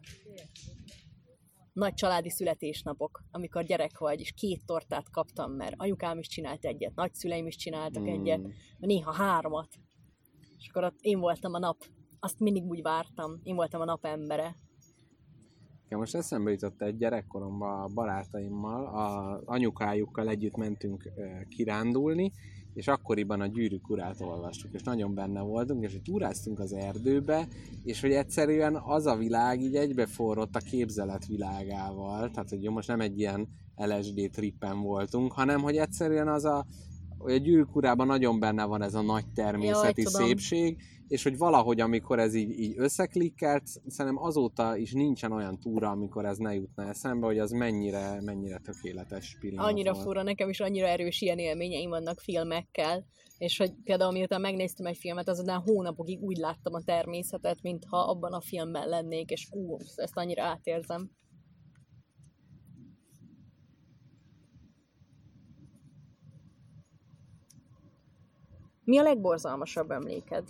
nagy családi születésnapok, amikor gyerek vagy, és két tortát kaptam, mert anyukám is csinált egyet, nagyszüleim is csináltak mm. egyet, néha háromat. És akkor ott én voltam a nap. Azt mindig úgy vártam. Én voltam a nap embere. Ja, most eszembe jutott egy gyerekkoromban a barátaimmal, a anyukájukkal együtt mentünk kirándulni, és akkoriban a Gyűrűk urát olvastuk, és nagyon benne voltunk, és hogy túráztunk az erdőbe, és hogy egyszerűen az a világ így egybeforrott a képzelet világával, tehát hogy jó, most nem egy ilyen el es dé trippen voltunk, hanem hogy egyszerűen az a, hogy a Gyűrűk urában nagyon benne van ez a nagy természeti Jaj, szépség, és hogy valahogy, amikor ez így, így összeklikkelt, szerintem azóta is nincsen olyan túra, amikor ez ne jutna eszembe, hogy az mennyire, mennyire tökéletes pillanat Annyira volt. fura, nekem is annyira erős ilyen élményeim vannak filmekkel, és hogy például miután megnéztem egy filmet, azután hónapokig úgy láttam a természetet, mintha abban a filmben lennék, és ú, ezt annyira átérzem. Mi a legborzalmasabb emléked?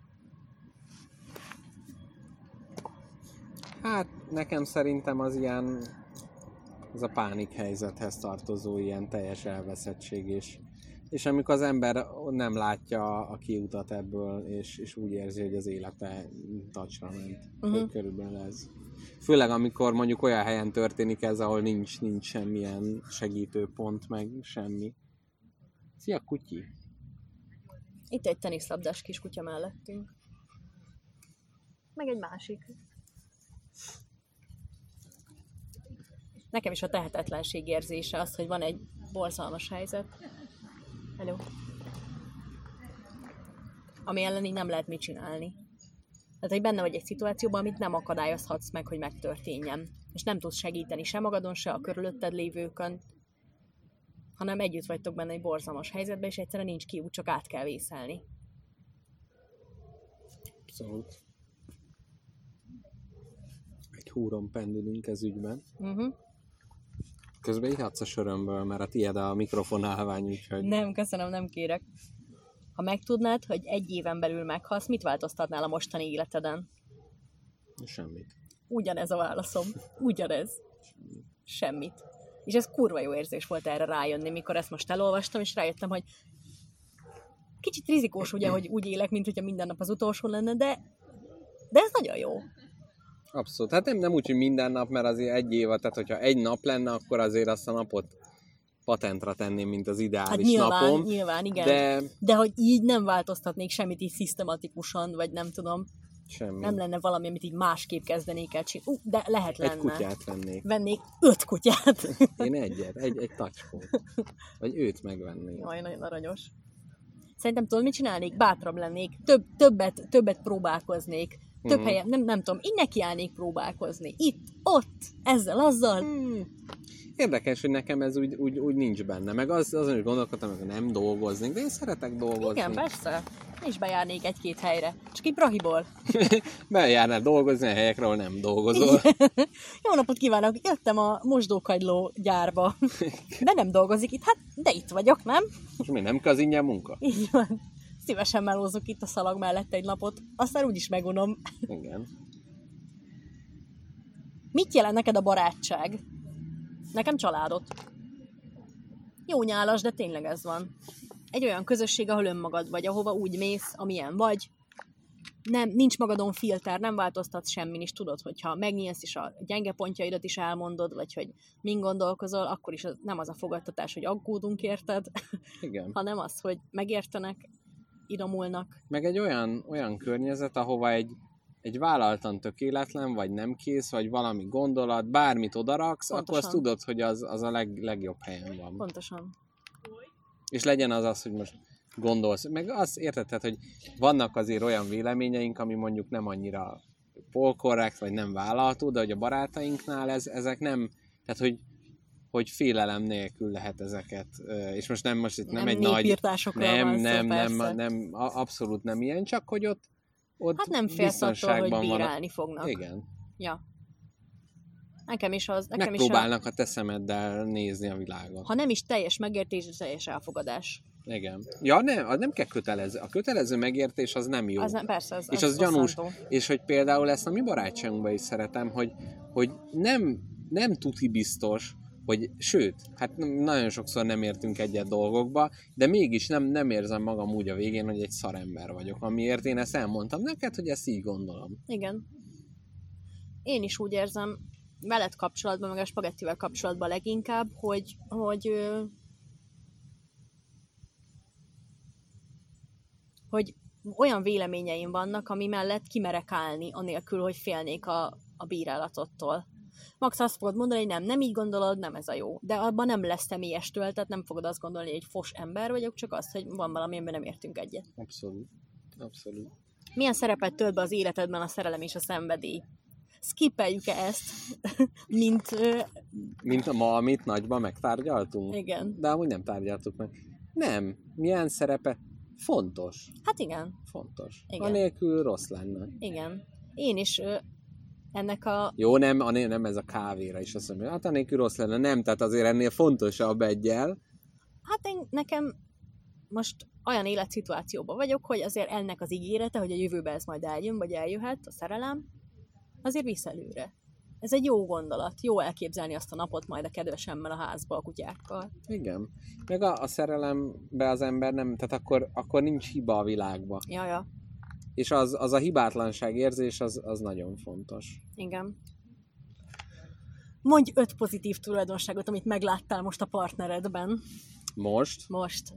Hát nekem szerintem az ilyen, az a pánik helyzethez tartozó ilyen teljes elveszettség, és, és amikor az ember nem látja a kiutat ebből, és, és úgy érzi, hogy az élete tacsra ment. Uh-huh. Körülbelül ez. Főleg amikor mondjuk olyan helyen történik ez, ahol nincs, nincs semmilyen segítőpont, meg semmi. Szia, kutyi! Itt egy teniszlabdás kiskutya mellettünk. Meg egy másik. Nekem is a tehetetlenség érzése az, hogy van egy borzalmas helyzet. Hello. Ami ellen így nem lehet mit csinálni. Tehát, hogy benne vagy egy szituációban, amit nem akadályozhatsz meg, hogy megtörténjen. És nem tudsz segíteni se magadon, se a körülötted lévőkön, hanem együtt vagytok benne egy borzalmas helyzetben, és egyszerűen nincs kiút, csak át kell vészelni. Abszolút. Egy húron pendülünk ez ügyben. Uh-huh. Közben ihatsz a sörömből, mert a tiéd a mikrofon állvány, úgyhogy... Nem, köszönöm, nem kérek. Ha megtudnád, hogy egy éven belül meghalsz, mit változtatnál a mostani életeden? Semmit. Ugyanez a válaszom. Ugyanez. Semmit. És ez kurva jó érzés volt erre rájönni, mikor ezt most elolvastam, és rájöttem, hogy kicsit rizikós ugye, hogy úgy élek, mint hogyha minden nap az utolsó lenne, de, de ez nagyon jó. Abszolút. Hát nem, nem úgy, hogy minden nap, mert azért egy év, tehát hogyha egy nap lenne, akkor azért azt a napot patentra tenném, mint az ideális hát nyilván, napom. nyilván, igen. De... de hogy így nem változtatnék semmit így szisztematikusan, vagy nem tudom. Semmi. Nem lenne valami, amit így másképp kezdenék el csinálni. Uh, de lehet lenne. Egy kutyát vennék. Vennék öt kutyát. Én egyet, egy, egy tacskót. Vagy őt megvennék. Jaj, nagyon aranyos. Szerintem tudod, mit csinálnék? Bátrabb lennék. Több, többet, többet próbálkoznék. Több uh-huh. helyen, nem, nem tudom, így nekiállnék próbálkozni. Itt, ott, ezzel, azzal. Hmm. Érdekes, hogy nekem ez úgy, úgy, úgy nincs benne. Meg az, azon is gondolkodtam, hogy nem dolgoznék, de én szeretek dolgozni. Igen, persze. Én is bejárnék egy-két helyre. Csak így prahiból. Bejárnál dolgozni a helyekre, ahol nem dolgozol. Jó napot kívánok! Jöttem a mosdókagyló gyárba. De nem dolgozik itt. Hát, de itt vagyok, nem? És mi nem kell az ingyen munka? Így van. Szívesen melózok itt a szalag mellett egy napot. Aztán úgyis megunom. Igen. Mit jelent neked a barátság? Nekem családot. Jó nyálas, de tényleg ez van. Egy olyan közösség, ahol önmagad vagy, ahova úgy mész, amilyen vagy. Nem, nincs magadon filter, nem változtatsz semmin is. Tudod, hogyha megnyílsz és a gyenge pontjaidat is elmondod, vagy hogy min gondolkozol, akkor is az, nem az a fogadtatás, hogy aggódunk érted, igen. hanem az, hogy megértenek, idomulnak. Meg egy olyan, olyan környezet, ahova egy, egy vállaltan tökéletlen, vagy nem kész, vagy valami gondolat, bármit odaraksz, pontosan. Akkor azt tudod, hogy az, az a leg, legjobb helyen van. Pontosan. És legyen az az, hogy most gondolsz. Meg azt érted, hogy vannak azért olyan véleményeink, ami mondjuk nem annyira polkorrekt, vagy nem vállalható, de hogy a barátainknál ez, ezek nem, tehát hogy hogy félelem nélkül lehet ezeket, és most nem, most itt nem, nem egy nagy... Nem, nem, nem, nem, nem, abszolút nem ilyen, csak hogy ott, ott hát nem félsz attól, hogy bírálni van. fognak. Igen. Ja. Nekem is az... Nekem Megpróbálnak is a... a te szemeddel nézni a világot. Ha nem is teljes megértés, de teljes elfogadás. Igen. Ja, nem, az nem kell kötelező. A kötelező megértés az nem jó. Az nem, persze, az, és az, az, az gyanús. Szantó. És hogy például ezt a mi barátságunkban is szeretem, hogy, hogy nem, nem tuti biztos, hogy sőt, hát nagyon sokszor nem értünk egyet dolgokba, de mégis nem, nem érzem magam úgy a végén, hogy egy szarember vagyok, amiért én ezt elmondtam neked, hogy ezt így gondolom. Igen. Én is úgy érzem, veled kapcsolatban, meg a spagettivel kapcsolatban leginkább, hogy, hogy, hogy olyan véleményeim vannak, ami mellett kimerek állni, anélkül, hogy félnék a, a bírálatottól. Max azt fogod mondani, hogy nem, nem így gondolod, nem ez a jó. De abban nem lesz személyestől, tehát nem fogod azt gondolni, hogy egy fos ember vagyok, csak azt, hogy van valami, amiben nem értünk egyet. Abszolút. Abszolút. Milyen szerepet tölt be az életedben a szerelem és a szenvedély? Skippeljük-e ezt, mint... Mint ma, amit nagyban megtárgyaltunk? Igen. De amúgy nem tárgyaltuk meg. Nem. Milyen szerepe? Fontos. Hát igen. Fontos. Igen. Anélkül rossz lenne. Igen. Én is ennek a... Jó, nem, nem ez a kávéra is azt mondja, hát anélkül rossz lenne. Nem, tehát azért ennél fontosabb egyel. Hát én, nekem most olyan életszituációban vagyok, hogy azért ennek az ígérete, hogy a jövőben ez majd eljön, vagy eljöhet, a szerelem, azért visz előre. Ez egy jó gondolat. Jó elképzelni azt a napot majd a kedvesemmel a házba, a kutyákkal. Igen. Meg a, a szerelembe az ember nem, tehát akkor, akkor nincs hiba a világban. Ja, ja. És az, az a hibátlanság érzés, az, az nagyon fontos. Igen. Mondj öt pozitív tulajdonságot, amit megláttál most a partneredben. Most? Most.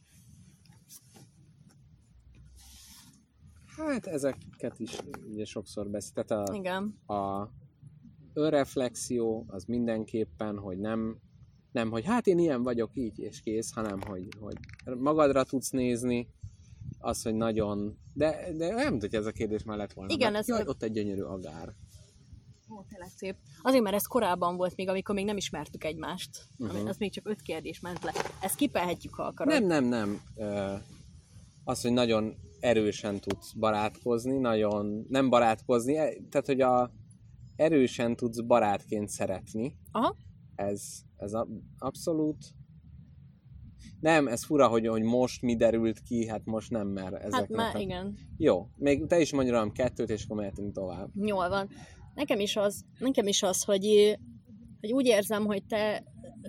Hát ezeket is ugye sokszor beszélt. Tehát a, Igen. a önreflexió az mindenképpen, hogy nem, nem, hogy hát én ilyen vagyok így és kész, hanem hogy, hogy magadra tudsz nézni, az, hogy nagyon... De, de nem tudja, ez a kérdés már lett volna. Igen, ez jaj, a... ott egy gyönyörű agár. Ó, tényleg szép. Azért, mert ez korábban volt még, amikor még nem ismertük egymást. Uh-huh. Az még csak öt kérdés ment le. Ezt kipelhetjük, ha akarod. Nem, nem, nem. Uh, az, hogy nagyon erősen tudsz barátkozni, nagyon... Nem barátkozni, tehát, hogy a erősen tudsz barátként szeretni. Aha. Ez, ez abszolút... Nem, ez fura, hogy, hogy most mi derült ki, hát most nem, mert ezeknek... Hát már igen. Jó, még te is mondj rám kettőt, és akkor mehetünk tovább. Jól van. Nekem is az, nekem is az, hogy, hogy úgy érzem, hogy te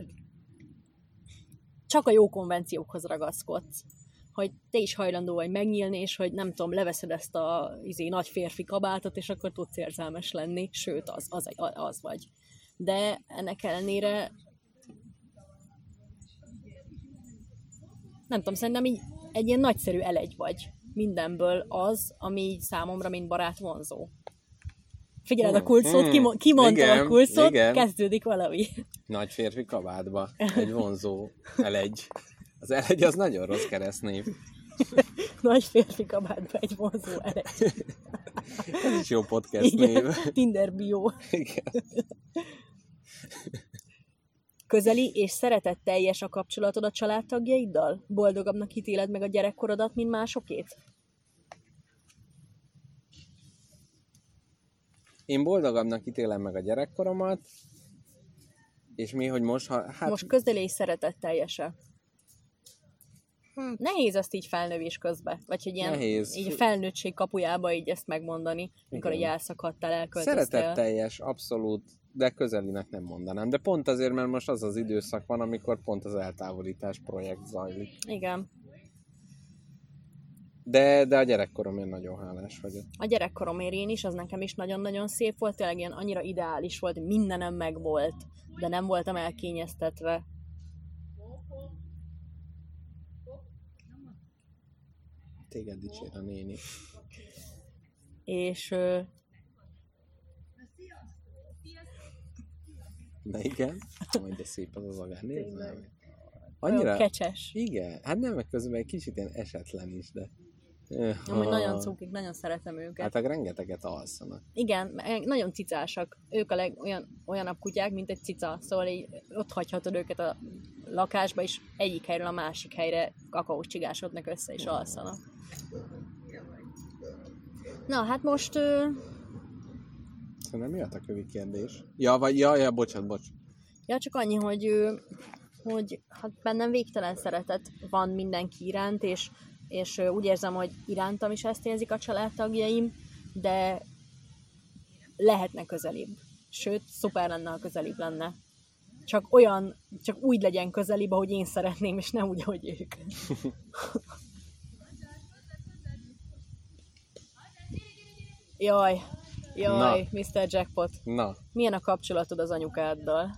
csak a jó konvenciókhoz ragaszkodsz. Hogy te is hajlandó vagy megnyílni, és hogy nem tudom, leveszed ezt a izé, nagy férfi kabátot, és akkor tudsz érzelmes lenni. Sőt, az, az, az vagy. De ennek ellenére nem tudom, szerintem így egy ilyen nagyszerű elegy vagy mindenből az, ami számomra, mint barát vonzó. Figyeled a kulcsszót, hmm. kimondta a kulcsszót, kezdődik valami. Nagy férfi kabátba, egy vonzó elegy. Az elegy az nagyon rossz keresztnév. Nagy férfi kabátba egy vonzó elegy. Ez is jó podcast név. Tinder bio. Igen. Közeli és szeretetteljes a kapcsolatod a családtagjaiddal? Boldogabbnak ítéled meg a gyerekkorodat, mint másokét? Én boldogabbnak ítélem meg a gyerekkoromat, és mi, hogy most... Ha, hát... Most közeli és szeretetteljese. Hát... Nehéz ezt így felnövés közben, vagy hogy ilyen Nehéz. Így a felnőttség kapujába így ezt megmondani, amikor így elszakadtál, elköltöztél. Szeretetteljes, abszolút, de közelinek nem mondanám. De pont azért, mert most az az időszak van, amikor pont az eltávolítás projekt zajlik. Igen. De, de a gyerekkoromért nagyon hálás vagyok. A gyerekkoromért én is, az nekem is nagyon-nagyon szép volt, tényleg ilyen annyira ideális volt, mindenem meg volt, de nem voltam elkényeztetve. Téged dicsér a néni. És... Ö... Na igen, majd de szép az az agár, nézd meg. Annyira... Olyan kecses. Igen, hát nem, meg közben egy kicsit ilyen esetlen is, de... Amúgy nagyon cukik, nagyon szeretem őket. Hát rengeteget alszanak. Igen, nagyon cicásak. Ők a leg, olyan, olyanabb kutyák, mint egy cica. Szóval így ott hagyhatod őket a lakásba, és egyik helyről a másik helyre kakaós csigásodnak össze, és alszanak. Na, hát most... Ö... Szerintem mi a kövi kérdés? Ja, vagy, ja, ja, bocsánat, bocs. Ja, csak annyi, hogy, hogy hát bennem végtelen szeretet van mindenki iránt, és, és úgy érzem, hogy irántam is ezt érzik a családtagjaim, de lehetne közelibb. Sőt, szuper lenne, ha közelibb lenne. Csak olyan, csak úgy legyen közelibb, ahogy én szeretném, és nem úgy, ahogy ők. Jaj, jaj, Na. miszter Jackpot. Na. Milyen a kapcsolatod az anyukáddal?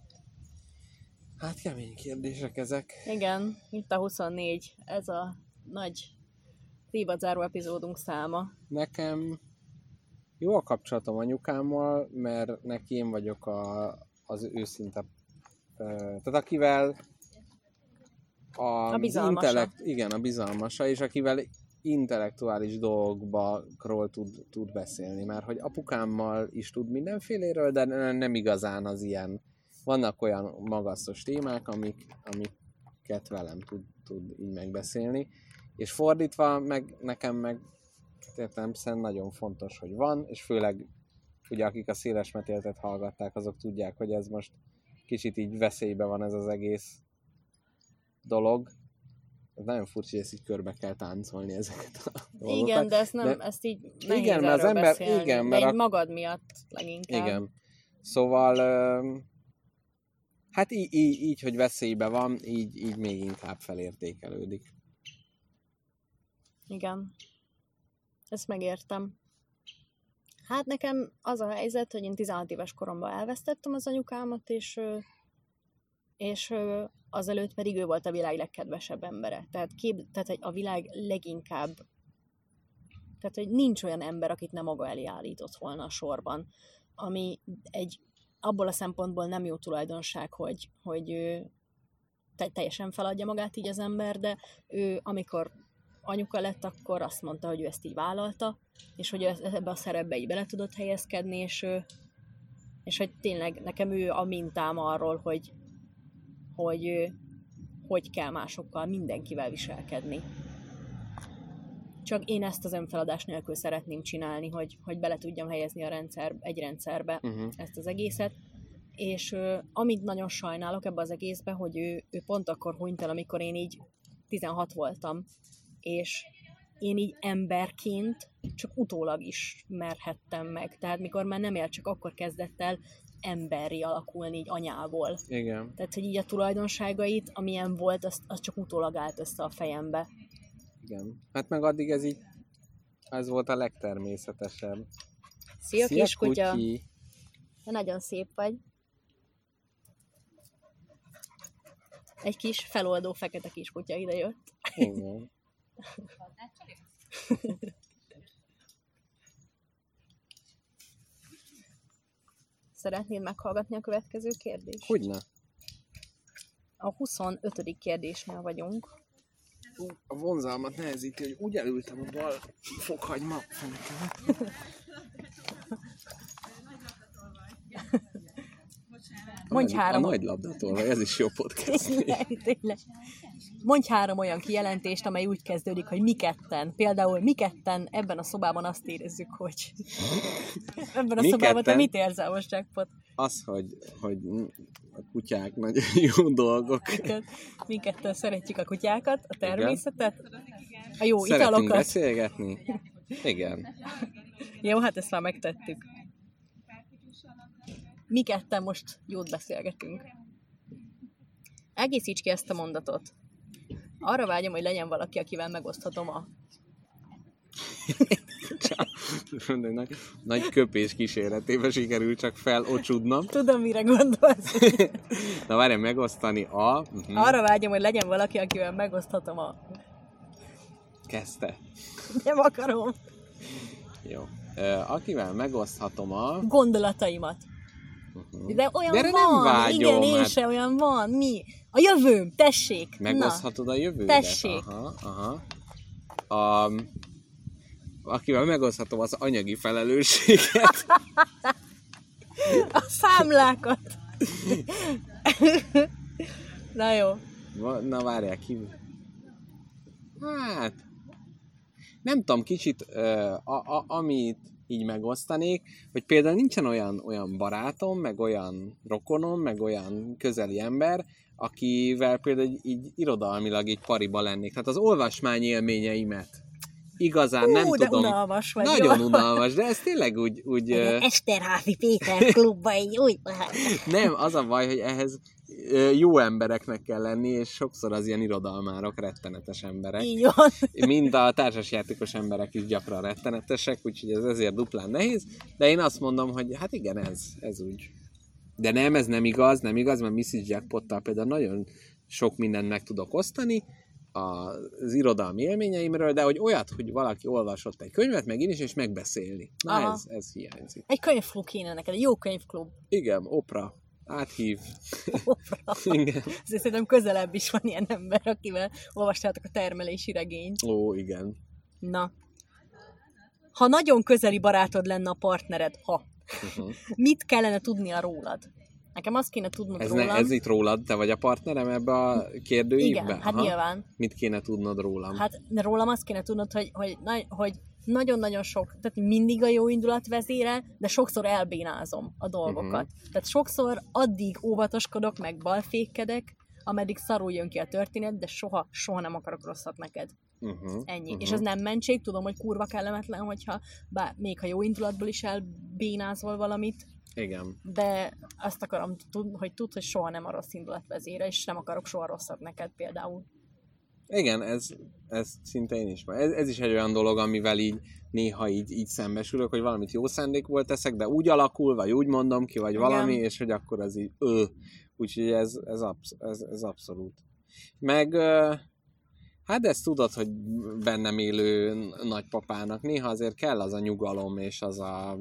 Hát kemény kérdések ezek. Igen, itt a huszonnégy. Ez a nagy évadzáró epizódunk száma. Nekem jó a kapcsolatom anyukámmal, mert neki én vagyok a, az őszinte... Tehát akivel a, a bizalmasa. Intellekt, igen, a bizalmasa, és akivel intellektuális dolgokról tud, tud beszélni. Mert hogy apukámmal is tud mindenféléről, de nem igazán az ilyen. Vannak olyan magasztos témák, amik, amiket velem tud, tud így megbeszélni. És fordítva, meg nekem meg értem, szerintem nagyon fontos, hogy van, és főleg ugye akik a szélesmetéltet hallgatták, azok tudják, hogy ez most kicsit így veszélybe van ez az egész dolog. Ez nagyon furcsa, hogy ezt így körbe kell táncolni ezeket a dolgokat. Igen, de ezt, nem, de, ezt így nehéz igen, mert az ember, beszélni, igen, mert mert a, magad miatt leginkább. Igen. Szóval hát így, így, így hogy veszélybe van, így, így még inkább felértékelődik. Igen. Ezt megértem. Hát nekem az a helyzet, hogy én tizenhat éves koromban elvesztettem az anyukámat, és, és azelőtt pedig ő volt a világ legkedvesebb embere. Tehát, kép, tehát a világ leginkább, tehát hogy nincs olyan ember, akit nem maga elé állított volna a sorban, ami egy abból a szempontból nem jó tulajdonság, hogy, hogy ő teljesen feladja magát így az ember, de ő amikor anyuka lett, akkor azt mondta, hogy ő ezt így vállalta, és hogy ebbe a szerepbe így bele tudott helyezkedni, és, és hogy tényleg nekem ő a mintám arról, hogy hogy hogy kell másokkal, mindenkivel viselkedni. Csak én ezt az önfeladás nélkül szeretném csinálni, hogy, hogy bele tudjam helyezni a rendszer, egy rendszerbe uh-huh. ezt az egészet. És uh, amit nagyon sajnálok ebbe az egészbe, hogy ő, ő pont akkor hunyt el, amikor én így tizenhat voltam, és én így emberként csak utólag ismerhettem meg. Tehát mikor már nem él, csak akkor kezdett el emberi alakulni így anyából. Igen. Tehát, hogy így a tulajdonságait, amilyen volt, az, az csak utólag állt össze a fejembe. Igen. Hát meg addig ez így, ez volt a legtermészetesebb. Szia, Szia kiskutya! Kutyi. Nagyon szép vagy. Egy kis feloldó fekete kiskutya idejött. Igen. Szeretnéd meghallgatni a következő kérdést? Hogyne. A huszonötödik kérdésnél vagyunk. A vonzalmat nehezíti, hogy úgy elültem a bal fokhagyma fenekemet. Mondj három... A nagy labdatolvaj, ez is jó podcast. Tényleg, tényleg. Mondj három olyan kijelentést, amely úgy kezdődik, hogy mi ketten. Például mi ketten ebben a szobában azt érezzük, hogy... ebben a mi szobában ketten? Te mit érzel most, Jackpot? Az, hogy, hogy a kutyák nagyon jó dolgok. Minket, mi ketten szeretjük a kutyákat, a természetet, igen. A jó Szeretünk italokat. Szeretünk beszélgetni. Igen. Jó, hát ezt már megtettük. Mi ketten most jót beszélgetünk. Egészíts ki ezt a mondatot. Arra vágyom, hogy legyen valaki, akivel megoszthatom a... nagy, nagy köpés kíséretében sikerült csak felocsudnom. Tudom, mire gondolsz. Na várjál, megosztani a... Uh-huh. Arra vágyom, hogy legyen valaki, akivel megoszthatom a... Kezdte. Nem akarom. Jó. Uh, akivel megoszthatom a... Gondolataimat. Uh-huh. De olyan De van, nem vágyom, igen, én hát... se olyan van, mi? A jövőm, tessék! Megoszthatod Na. a jövődet? Tessék! Aha, aha. A, akivel megoszthatom az anyagi felelősséget. A számlákat. Na jó. Na várjál ki. Hát... Nem tudom, kicsit a, a, amit így megosztanék, hogy például nincsen olyan, olyan barátom, meg olyan rokonom, meg olyan közeli ember, akivel például így, így irodalmilag így pariba lennék. Tehát az olvasmány élményeimet igazán Hú, nem de tudom. Unalmas vagy, nagyon jó? Unalmas, de ez tényleg úgy... úgy Eszterházi Péter klubba így úgy... Nem, az a baj, hogy ehhez jó embereknek kell lenni, és sokszor az ilyen irodalmárok rettenetes emberek. Így van. Mind a társasjátékos emberek is gyakran rettenetesek, úgyhogy ez ezért duplán nehéz. De én azt mondom, hogy hát igen, ez, ez úgy. De nem, ez nem igaz, nem igaz, mert missziz Jackpottal például nagyon sok mindent meg tudok osztani az irodalmi élményeimről, de hogy olyat, hogy valaki olvasott egy könyvet, meg én is, és megbeszélni. Na ez, ez hiányzik. Egy könyvklub kéne neked, egy jó könyvklub. Igen, Oprah. Áthív. Oprah. Igen. Azért szerintem közelebb is van ilyen ember, akivel olvastátok a termelési regényt. Ó, igen. Na. Ha nagyon közeli barátod lenne a partnered, ha, uh-huh. mit kellene tudnia rólad? Nekem azt kéne tudnod ez rólam. Ne, ez itt rólad? Te vagy a partnerem ebbe a kérdőívbe? Igen, hát Aha. nyilván. Mit kéne tudnod rólam? Hát rólam azt kéne tudnod, hogy, hogy, hogy nagyon-nagyon sok, tehát mindig a jó indulat vezére, de sokszor elbénázom a dolgokat. Uh-huh. Tehát sokszor addig óvatoskodok, meg balfékkedek, ameddig szarul jön ki a történet, de soha, soha nem akarok rosszat neked. Uh-huh. Ennyi. Uh-huh. És ez nem mentség, tudom, hogy kurva kellemetlen, hogyha bár még ha jó indulatból is elbénázol valamit, igen. De azt akarom, hogy tudd, hogy soha nem a rossz indulat vezére, és nem akarok soha rosszat neked például. Igen, ez, ez szinte én is. Ez, ez is egy olyan dolog, amivel így néha így, így szembesülök, hogy valamit jó szándékból teszek, de úgy alakul, vagy úgy mondom ki, vagy igen. valami, és hogy akkor az így ö. Úgyhogy ez, ez, absz- ez, ez abszolút. Meg hát ezt tudod, hogy bennem élő nagypapának néha azért kell az a nyugalom, és az a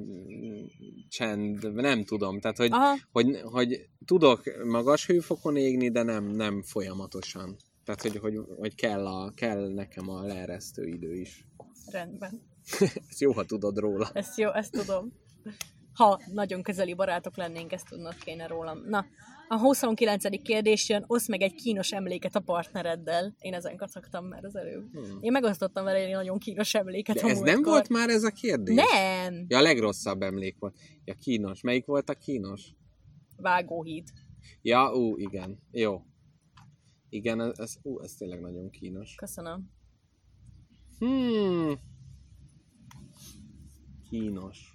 csend, nem tudom. Tehát, hogy, hogy, hogy tudok magas hőfokon égni, de nem, nem folyamatosan. Tehát, hogy, hogy, hogy kell, a, kell nekem a leeresztő idő is. Rendben. Ezt jó, ha tudod róla. Ezt jó, ezt tudom. Ha nagyon közeli barátok lennénk, ezt tudnod kéne rólam. Na, a huszonkilencedik kérdés jön, oszd meg egy kínos emléket a partnereddel. Én ezen kacagtam már az előbb. Hmm. Én megosztottam vele egy nagyon kínos emléket. De a ez múltkor. Nem volt már ez a kérdés? Nem! Ja, a legrosszabb emlék volt. Ja, kínos. Melyik volt a kínos? Vágóhíd. Ja, ú, igen. Jó. Igen, ez, ez, ú, ez tényleg nagyon kínos. Köszönöm. Hmm. Kínos.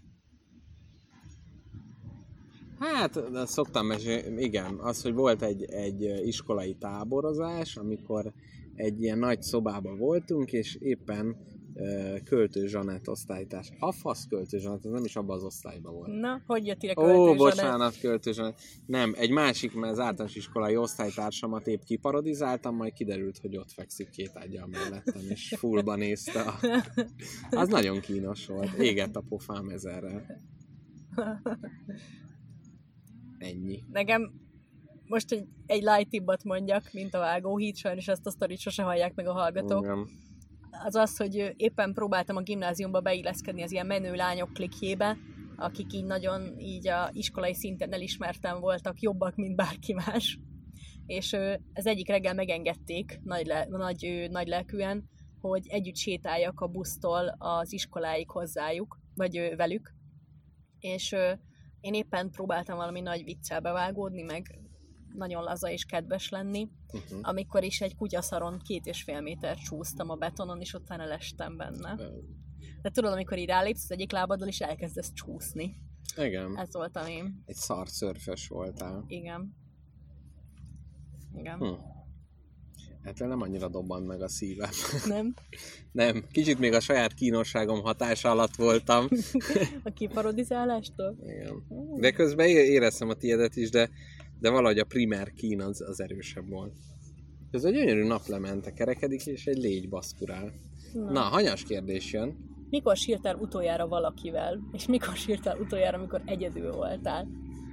Hát, szoktam mesélni, igen, az, hogy volt egy, egy iskolai táborozás, amikor egy ilyen nagy szobában voltunk, és éppen uh, Költő Zsanett osztálytárs. A fasz Költő Zsanett, az nem is abban az osztályban volt. Na, hogy jött ide Költő Ó, Zsanett? bocsánat, Költő Zsanett. Nem, egy másik, mert az általános iskolai osztálytársamat épp kiparodizáltam, majd kiderült, hogy ott fekszik két ágyal mellettem, és fullba nézte. A... Az nagyon kínos volt. Égett a pofám ezerrel. Ennyi. Nekem most egy, egy light-tibbat mondjak, mint a Vágóhíd, sajnos ezt a sztorit sose hallják meg a hallgatók. Igen. Az az, hogy éppen próbáltam a gimnáziumba beilleszkedni az ilyen menő lányok klikjébe, akik így nagyon így a iskolai szinten elismerten voltak, jobbak, mint bárki más. És ez egyik reggel megengedték nagy, le, nagy, nagy lelkűen, hogy együtt sétáljak a busztól az iskoláig hozzájuk, vagy velük. És én éppen próbáltam valami nagy viccel bevágódni, meg nagyon laza és kedves lenni, uh-huh. amikor is egy kutyaszaron két és fél méter csúsztam a betonon, és utána lestem benne. Uh. De tudod, amikor így rálépsz az egyik lábaddal, és elkezdesz csúszni. Igen. Ez voltam én. Egy szar szörfös voltál. Igen. Igen. Hm. Hát nem annyira dobban meg a szívem. Nem? Nem. Kicsit még a saját kínosságom hatása alatt voltam. A kiparodizálástól? Igen. De közben éreztem a tiédet is, de, de valahogy a primer kín az, az erősebb volt. Ez egy gyönyörű naplemente kerekedik, és egy légy baszkurál. Na. Na, hanyas kérdés jön. Mikor sírtál utoljára valakivel? És mikor sírtál utoljára, amikor egyedül voltál?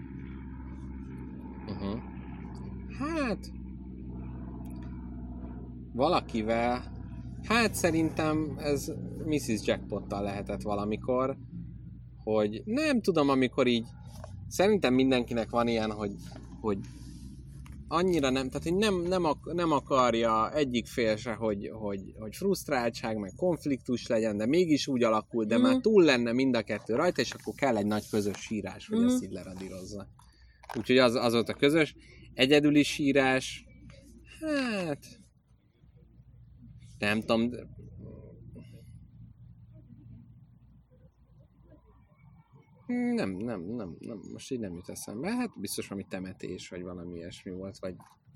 Uh-huh. Hát... Valakivel, Hát szerintem ez missziz Jackpottal lehetett valamikor, hogy nem tudom, amikor így szerintem mindenkinek van ilyen, hogy, hogy annyira nem, tehát hogy nem, nem, ak- nem akarja egyik fél se, hogy, hogy, hogy frusztráltság, meg konfliktus legyen, de mégis úgy alakul, de mm. már túl lenne mind a kettő rajta, és akkor kell egy nagy közös sírás, hogy mm. ezt így leradírozza. Úgyhogy az, az volt a közös. Egyedüli sírás, hát nem tudom, Nem, nem, nem, nem, most így nem jut eszembe. Hát biztos valami temetés, vagy valami ilyesmi volt, vagy...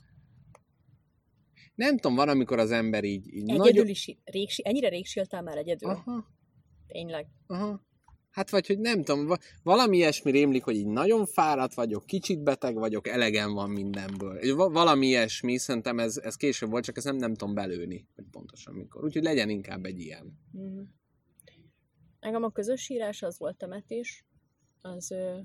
Nem tudom, van, amikor az ember így... így egyedül nagyon... is, rég, ennyire rég síltál már egyedül? Aha. Tényleg? Aha. Hát vagy, hogy nem tudom, valami ilyesmi rémlik, hogy így nagyon fáradt vagyok, kicsit beteg vagyok, elegem van mindenből. Valami ilyesmi, szerintem ez, ez később volt, csak ezt nem, nem tudom belőni, hogy pontosan mikor. Úgyhogy legyen inkább egy ilyen. Mm. Engem a közös sírás az volt temetés. Az ö...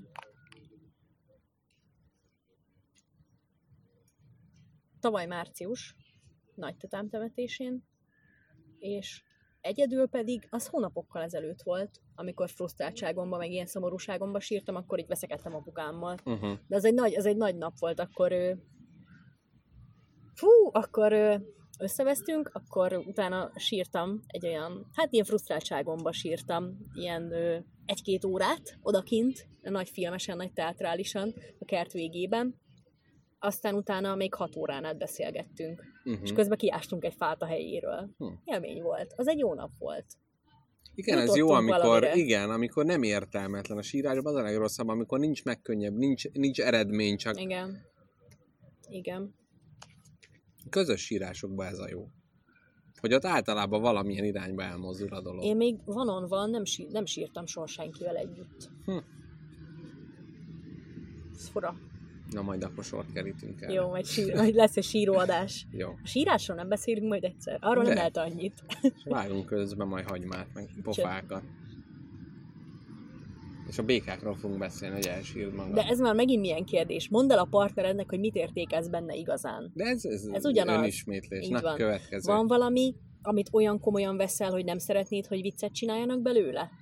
tavaly március nagy tetám temetésén, és egyedül pedig az hónapokkal ezelőtt volt, amikor frusztráltságomban, meg ilyen szomorúságomban sírtam, akkor így veszekedtem apukámmal. Uh-huh. De az egy, nagy, az egy nagy nap volt, akkor ö... fú, akkor ö... összevesztünk, akkor utána sírtam egy olyan, hát ilyen frusztráltságomba sírtam, ilyen ö, egy-két órát odakint, nagy filmesen, nagy teátrálisan, a kert végében. Aztán utána még hat órán át beszélgettünk. Uh-huh. És közben kiástunk egy fát a helyéről. Uh-huh. Élmény volt. Az egy jó nap volt. Igen, ez jó, amikor, igen, amikor nem értelmetlen a sírásban, az a legrosszabb, amikor nincs megkönnyebb, nincs, nincs eredmény, csak... Igen. Igen. Közös sírásokban ez a jó. Hogy ott általában valamilyen irányba elmozdul a dolog. Én még van-on van, nem, sír, nem sírtam soha senkivel együtt. Hm. Ez fura. Na majd akkor sort kerítünk el. Jó, majd, sír, majd lesz egy síróadás. Jó. A sírásról nem beszélünk majd egyszer. Arról de. Nem lehet annyit. És vágunk közben majd hagymát, meg pofákat. És a békákról fogunk beszélni, hogy elsírd magad. De ez már megint milyen kérdés. Mondd el a partnerednek, hogy mit értékelsz benne igazán. De ez, ez, ez ugyanaz. Önismétlés. Na, van. Következő. Van valami, amit olyan komolyan veszel, hogy nem szeretnéd, hogy viccet csináljanak belőle?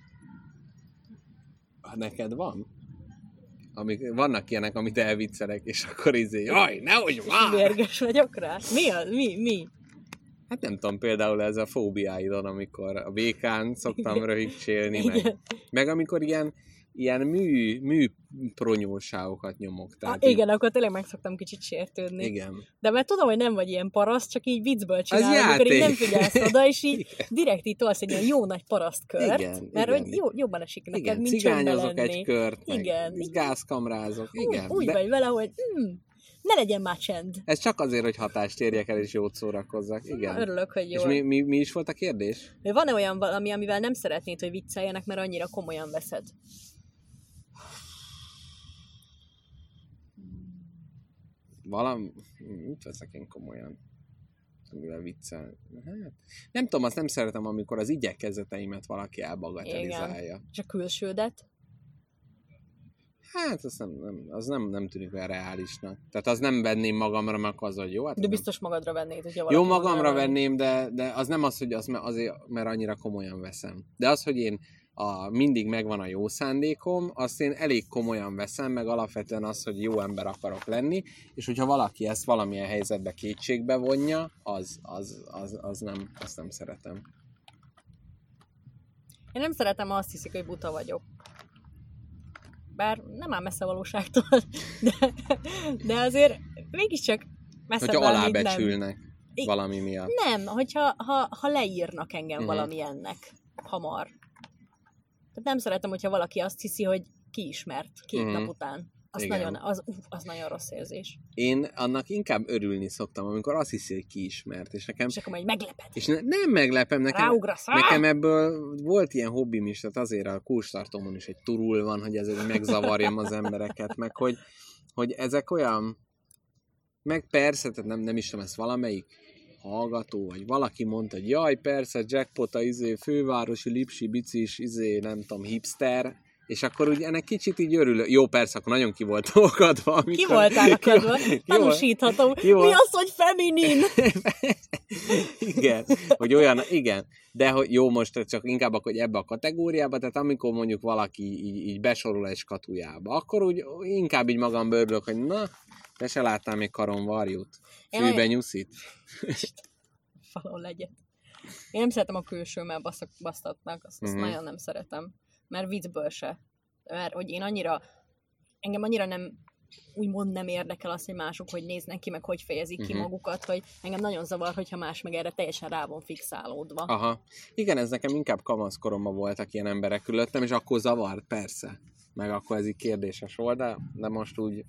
Ha neked van? Amik, vannak ilyenek, amit elviccelek, és akkor izé, jaj, nehogy már! Mérges vagyok rá. Mi az? Mi? Mi? Hát nem tudom, például ez a fóbiáidon, amikor a békán szoktam röhigcsélni, meg, meg amikor ilyen, ilyen mű, mű pronyóságokat nyomok. Tehát ah, igen, így... akkor tényleg meg szoktam kicsit sértődni. Igen. De mert tudom, hogy nem vagy ilyen paraszt, csak így viccből csinálod, amikor így nem figyelsz oda, és így igen. direkt így tolsz egy ilyen jó nagy parasztkört, igen, mert igen. Hogy jó, jobban esik neked, igen, mint cigányozok egy kört, igen, meg gázkamrázok. Igen, úgy, úgy de... vagy vele, hogy mm, ne legyen már csend. Ez csak azért, hogy hatást érjek el, és jót szórakozzak. Igen. Na, örülök, hogy jó. És mi, mi, mi is volt a kérdés? Van-e olyan valami, amivel nem szeretnéd, hogy vicceljenek, mert annyira komolyan veszed? Valami... Mit veszek én komolyan? Amivel viccel. Hát, nem tudom, azt nem szeretem, amikor az igyekezeteimet valaki elbagatelizálja. Igen. És a külsődet? Hát az nem, nem, az nem, nem tűnik olyan reálisnak. Tehát az nem venném magamra, meg az, hogy jó. Hát de nem... biztos magadra vennéd, hogyha valaki... Jó, magamra venném, de, de az nem az, hogy az azért, mert annyira komolyan veszem. De az, hogy én a, mindig megvan a jó szándékom, azt én elég komolyan veszem, meg alapvetően az, hogy jó ember akarok lenni, és hogyha valaki ezt valamilyen helyzetbe kétségbe vonja, az, az, az, az nem, azt nem szeretem. Én nem szeretem, azt hiszik, hogy buta vagyok. Bár nem áll messze a valóságtól, de, de azért mégiscsak messze hogyha alábecsülnek nem. valami miatt. Nem, hogyha ha, ha leírnak engem uh-huh. valamilyennek hamar. Tehát nem szeretem, hogyha valaki azt hiszi, hogy kiismert két uh-huh. nap után. Az nagyon, az, uf, az nagyon rossz érzés. Én annak inkább örülni szoktam, amikor azt hiszi, hogy kiismert. És, nekem, és akkor majd megleped. És ne, nem meglepem. Nekem, nekem ebből volt ilyen hobbim is, tehát azért a kurstartomon is egy turul van, hogy ezért megzavarjam az embereket, meg hogy, hogy ezek olyan, meg persze, tehát nem, nem is tudom, ezt valamelyik hallgató, vagy valaki mondta, hogy jaj, persze, Jackpot a izé, fővárosi lipsi bicis, izé, nem tudom, hipster, És akkor úgy ennek kicsit így örülök. Jó, persze, akkor nagyon ki voltam akadva. Amikor... Ki voltál akadva? Tanúsíthatom. Ki Mi az, hogy feminin? Igen, hogy olyan, igen. De hogy jó, most csak inkább akkor, hogy ebbe a kategóriába, tehát amikor mondjuk valaki így, így besorol egy skatujába, akkor úgy inkább így magam bőrülök, hogy na, te se láttál még karon varjút. Fűben olyan... nyuszít. Valahol legyet. Én nem szeretem a külsőmmel basztatnak, azt, azt uh-huh. nagyon nem szeretem. Mert viccből se. Mert hogy én annyira, engem annyira nem, úgymond nem érdekel az, hogy mások hogy néznek ki, meg hogy fejezik uh-huh. ki magukat, hogy engem nagyon zavar, hogyha más meg erre teljesen rá van fixálódva. Aha. Igen, ez nekem inkább kamaszkoromban voltak ilyen emberek körülöttem, és akkor zavart, persze. Meg akkor ez így kérdéses volt, de, de most úgy...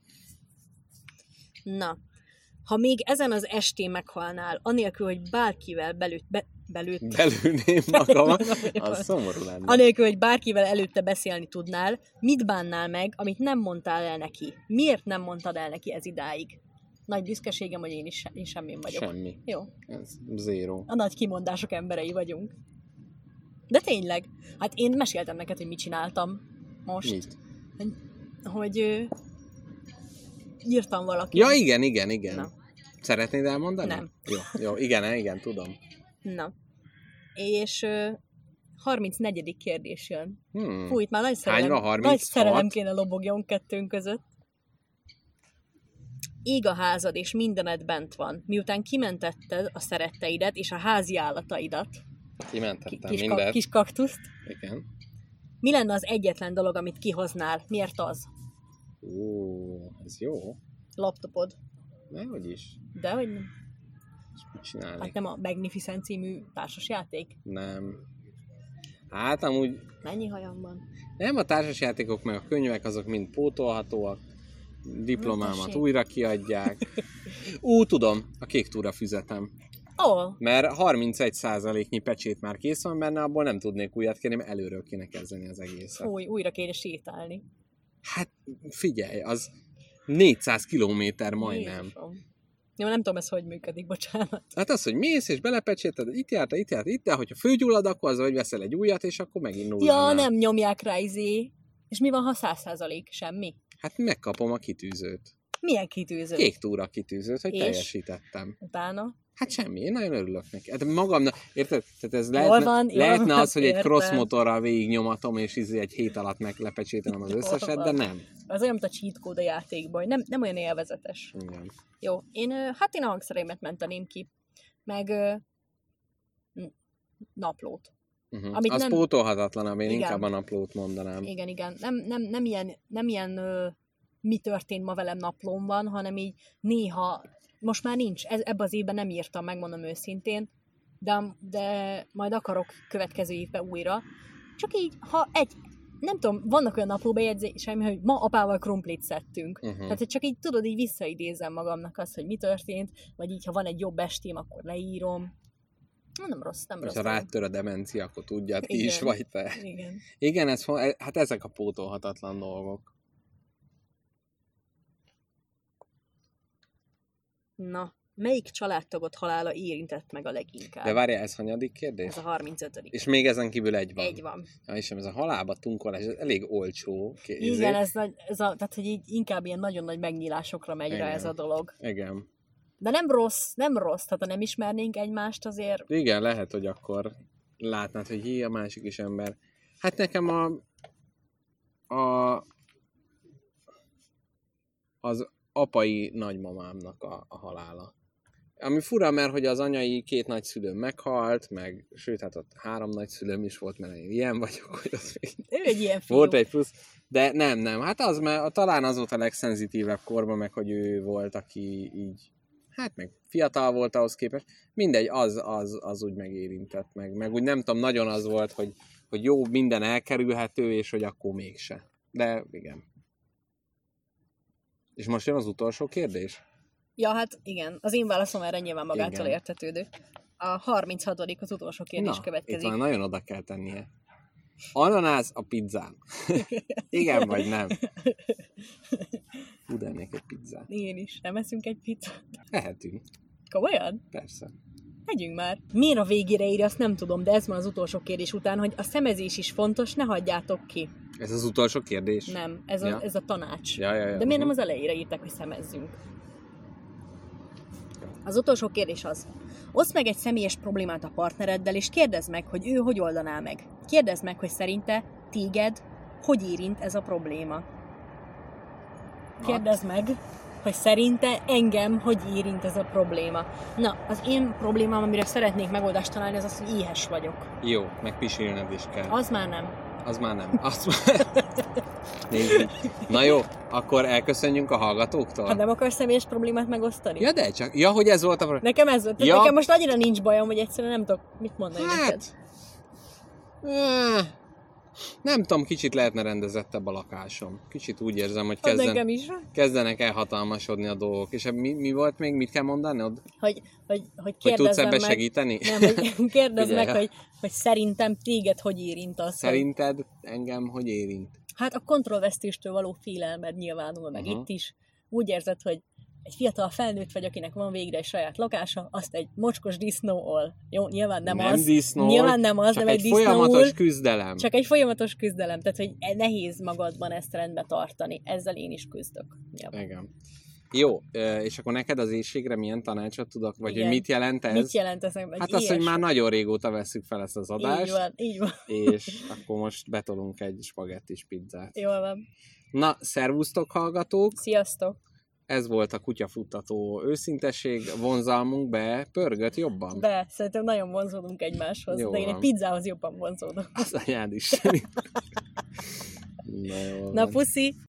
Na, ha még ezen az estén meghalnál, anélkül, hogy bárkivel belüt, be, belüt, belülném magam, az szomorú lenne. Anélkül, hogy bárkivel előtte beszélni tudnál, mit bánnál meg, amit nem mondtál el neki? Miért nem mondtad el neki ez idáig? Nagy büszkeségem, hogy én is én semmi vagyok. Semmi. Jó. Ez zéró. A nagy kimondások emberei vagyunk. De tényleg. Hát én meséltem neked, hogy mit csináltam most. Mit? Hogy, hogy írtam valaki. Ja, igen, igen, igen. Na. Szeretnéd elmondani? Nem. Jó, jó, igen, igen, tudom. Na. És uh, harmincnegyedik kérdés jön. Hmm. Fú, itt már nagy szerelem, nagy szerelem kéne lobogjon kettőnk között. Ég a házad, és mindened bent van. Miután kimentetted a szeretteidet és a házi állataidat. Kimentettem kis, mindet. Kis kaktuszt. Igen. Mi lenne az egyetlen dolog, amit kihoznál? Miért az? Ó, ez jó. Laptopod. Nehogy is. Dehogy nem. És mit csinálnék? Hát nem a Magnificent című társasjáték? Nem. Hát amúgy... Mennyi hajam van? Nem, a társasjátékok meg a könyvek azok mind pótolhatóak. Diplomámat újra kiadják. Ú, tudom, a kék túra füzetem. Ó. Oh. Mert harmincegy százaléknyi pecsét már kész van benne, abból nem tudnék újat kérni, mert előről kéne kezdeni az egészet. Új, újra kéne sétálni. Hát figyelj, az négyszáz kilométer majdnem. Jézusom. Jó, nem tudom, ez hogy működik, bocsánat. Hát az, hogy mész és belepecséted, itt járta, itt járta, itt, de hogyha fölgyullad, akkor az, hogy veszel egy újat, és akkor megint nulla. Ja, nem nyomják rá izé. És mi van, ha száz százalék? Semmi? Hát megkapom a kitűzőt. Milyen kitűzőt? Kék túra kitűzőt, hogy és? teljesítettem. Utána? Hát semmi, én nagyon örülök neki. Hát magamnak, érted? Tehát ez lehetne, jól van, lehetne jól az, hogy értem. egy cross motorral végignyomatom, és izé egy hét alatt meglepecsételem az összeset, de nem. Az olyan, mint a cheat code a játékban, nem, nem olyan élvezetes. Igen. Jó, én, hát én a hangszereimet menteném ki. Meg ö, naplót. Uh-huh. Az nem... pótolhatatlanabb, én igen. inkább a naplót mondanám. Igen, igen. Nem, nem, nem ilyen, nem ilyen ö, mi történt ma velem naplóm van, hanem így néha, most már nincs, ez, ebben az évben nem írtam, megmondom őszintén, de, de majd akarok következő évben újra. Csak így, ha egy, nem tudom, vannak olyan naplóbejegyzéseim, hogy ma apával krumplit szedtünk. Uh-huh. Tehát, hogy csak így tudod, így visszaidézem magamnak azt, hogy mi történt, vagy így, ha van egy jobb estém, akkor leírom. Nem rossz, nem rossz. Ha rátör a demencia, akkor tudjad, ki is vagy te. Igen. Igen, ez, hát ezek a pótolhatatlan dolgok. Na, melyik családtagot halála érintett meg a leginkább? De várjál, ez hanyadik kérdés? Ez a harmincötödik. És még ezen kívül egy van? Egy van. Ja, és ez a halálba tunkolás, ez elég olcsó. Kézzék. Igen, ez, nagy, ez a, tehát hogy így inkább ilyen nagyon nagy megnyílásokra megy rá ez a dolog. Igen. De nem rossz, nem rossz, tehát ha nem ismernénk egymást azért... Igen, lehet, hogy akkor látnád, hogy hi, a másik is ember. Hát nekem a... a az apai nagymamámnak a, a halála. Ami fura, mert hogy az anyai két nagyszülőm meghalt, meg sőt, hát ott három nagyszülőm is volt, mert én ilyen vagyok, hogy az még... Ő egy ilyen fiú. Volt egy plusz, de nem, nem. Hát az, mert talán az volt a legszenzitívebb korban, meg hogy ő volt, aki így, hát meg fiatal volt ahhoz képest. Mindegy, az, az, az úgy megérintett meg. Meg úgy nem tudom, nagyon az volt, hogy, hogy jó, minden elkerülhető, és hogy akkor mégse. De igen. És most jön az utolsó kérdés? Ja, hát igen. Az én válaszom erre nyilván magától igen. értetődő. A harminchatodik az utolsó kérdés Na, következik. itt már nagyon oda kell tennie. Ananász a pizzán. Igen vagy nem? Hú, de ennék egy pizzát. Én is. Nem eszünk egy pizzát? Ehetünk. Komolyan? Persze. Megyünk már. Miért a végére írja, azt nem tudom, de ez van az utolsó kérdés után, hogy a szemezés is fontos, ne hagyjátok ki. Ez az utolsó kérdés? Nem, ez, ja. a, ez a tanács. Ja, ja, ja. De miért nem az elejére írták, hogy szemezzünk? Az utolsó kérdés az. Oszd meg egy személyes problémát a partnereddel, és kérdezd meg, hogy ő hogy oldaná meg. Kérdezd meg, hogy szerinte téged hogy érint ez a probléma. Kérdezd meg, hogy szerinte engem hogy érint ez a probléma. Na, az én problémám, amire szeretnék megoldást találni, az az, hogy éhes vagyok. Jó, meg pisilned is kell. Az már nem. Az már nem. Az már... Nézzük. Na jó, akkor elköszönjünk a hallgatóktól. Hát nem akarsz személyes problémát megosztani? Ja, de csak. Ja, hogy ez volt a... Nekem ez volt. Ja. Nekem most annyira nincs bajom, hogy egyszerűen nem tudok mit mondani hát... neked. Eh, nem tudom, kicsit lehetne rendezettebb a lakásom. Kicsit úgy érzem, hogy Az kezden... engem is. kezdenek elhatalmasodni a dolgok. És mi, mi volt még? Mit kell mondanod? Hogy, hogy, hogy Hogy tudsz kérdezzem ebbe meg... segíteni? Nem, hogy kérdezd Figyelj, meg, hogy, hogy szerintem téged hogy érint az, Szerinted hogy... engem hogy érint? Hát a kontrollvesztéstől való félelmed nyilvánul meg uh-huh. itt is. Úgy érzed, hogy egy fiatal felnőtt vagy, akinek van végre egy saját lakása, azt egy mocskos disznóol. Jó, nyilván nem, nem az. Disznól, nyilván nem az, csak nem egy, egy folyamatos disznóul, küzdelem. Csak egy folyamatos küzdelem. Tehát, hogy nehéz magadban ezt rendbe tartani. Ezzel én is küzdök. Nyilván. Igen. Jó, és akkor neked az éhségre milyen tanácsot tudok? Vagy Igen. hogy mit jelent ez? Mit jelent ez? Hát az, hogy már nagyon régóta vesszük fel ezt az adást. Így van, így van. És akkor most betolunk egy spagettis pizzát. Jól van. Na, szervusztok hallgatók! Sziasztok! Ez volt a kutyafuttató őszintesség, vonzalmunk be pörgött jobban. Be, szerintem nagyon vonzódunk egymáshoz, Jó de én van. egy pizzához jobban vonzódok. Az anyád is. Na, jó Na van. puszi!